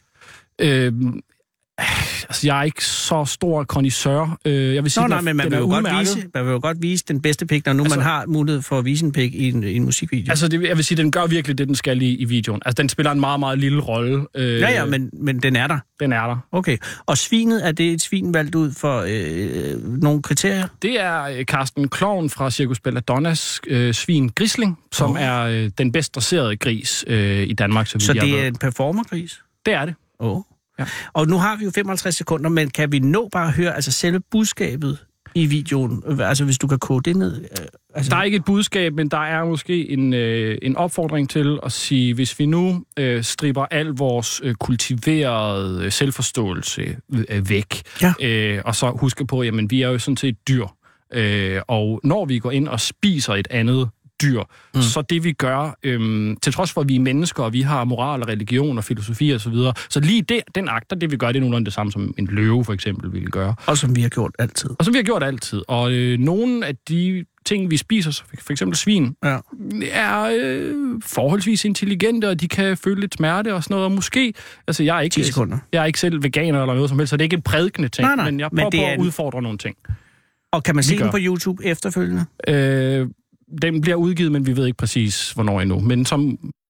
Jeg er ikke så stor kondisør. Jeg vil sige, men man vil jo godt vise den bedste pik, når man har mulighed for at vise en pik i en musikvideo. Altså, jeg vil sige, den gør virkelig det, den skal i videoen. Altså, den spiller en meget, meget lille rolle. Men den er der. Den er der. Okay. Og svinet, er det et svin valgt ud for nogle kriterier? Det er Carsten Klovn fra Cirkus Belladonnas svin Grisling, som er den bedst dresserede gris i Danmark. Så det er en performergris? Det er det. Ja. Og nu har vi jo 55 sekunder, men kan vi nå bare at høre selve budskabet i videoen? Altså, hvis du kan kode det ned? Der er ikke et budskab, men der er måske en opfordring til at sige, hvis vi nu stripper al vores kultiverede selvforståelse væk, og så huske på, jamen, vi er jo sådan set dyr. Og når vi går ind og spiser et andet dyr, så det vi gør, til trods for, at vi er mennesker, og vi har moral og religion og filosofi og så videre, så lige den akt, det vi gør, det er nogenlunde det samme som en løve for eksempel ville gøre. Og som vi har gjort altid. Og nogle af de ting, vi spiser, for eksempel svin, er forholdsvis intelligente, og de kan føle lidt smerte og sådan noget, og måske, altså jeg er ikke selv veganer eller noget som helst, så det er ikke en prædikende ting, men jeg prøver på at udfordre nogle ting. Og kan man se den på YouTube efterfølgende? Den bliver udgivet, men vi ved ikke præcis, hvornår endnu. Men som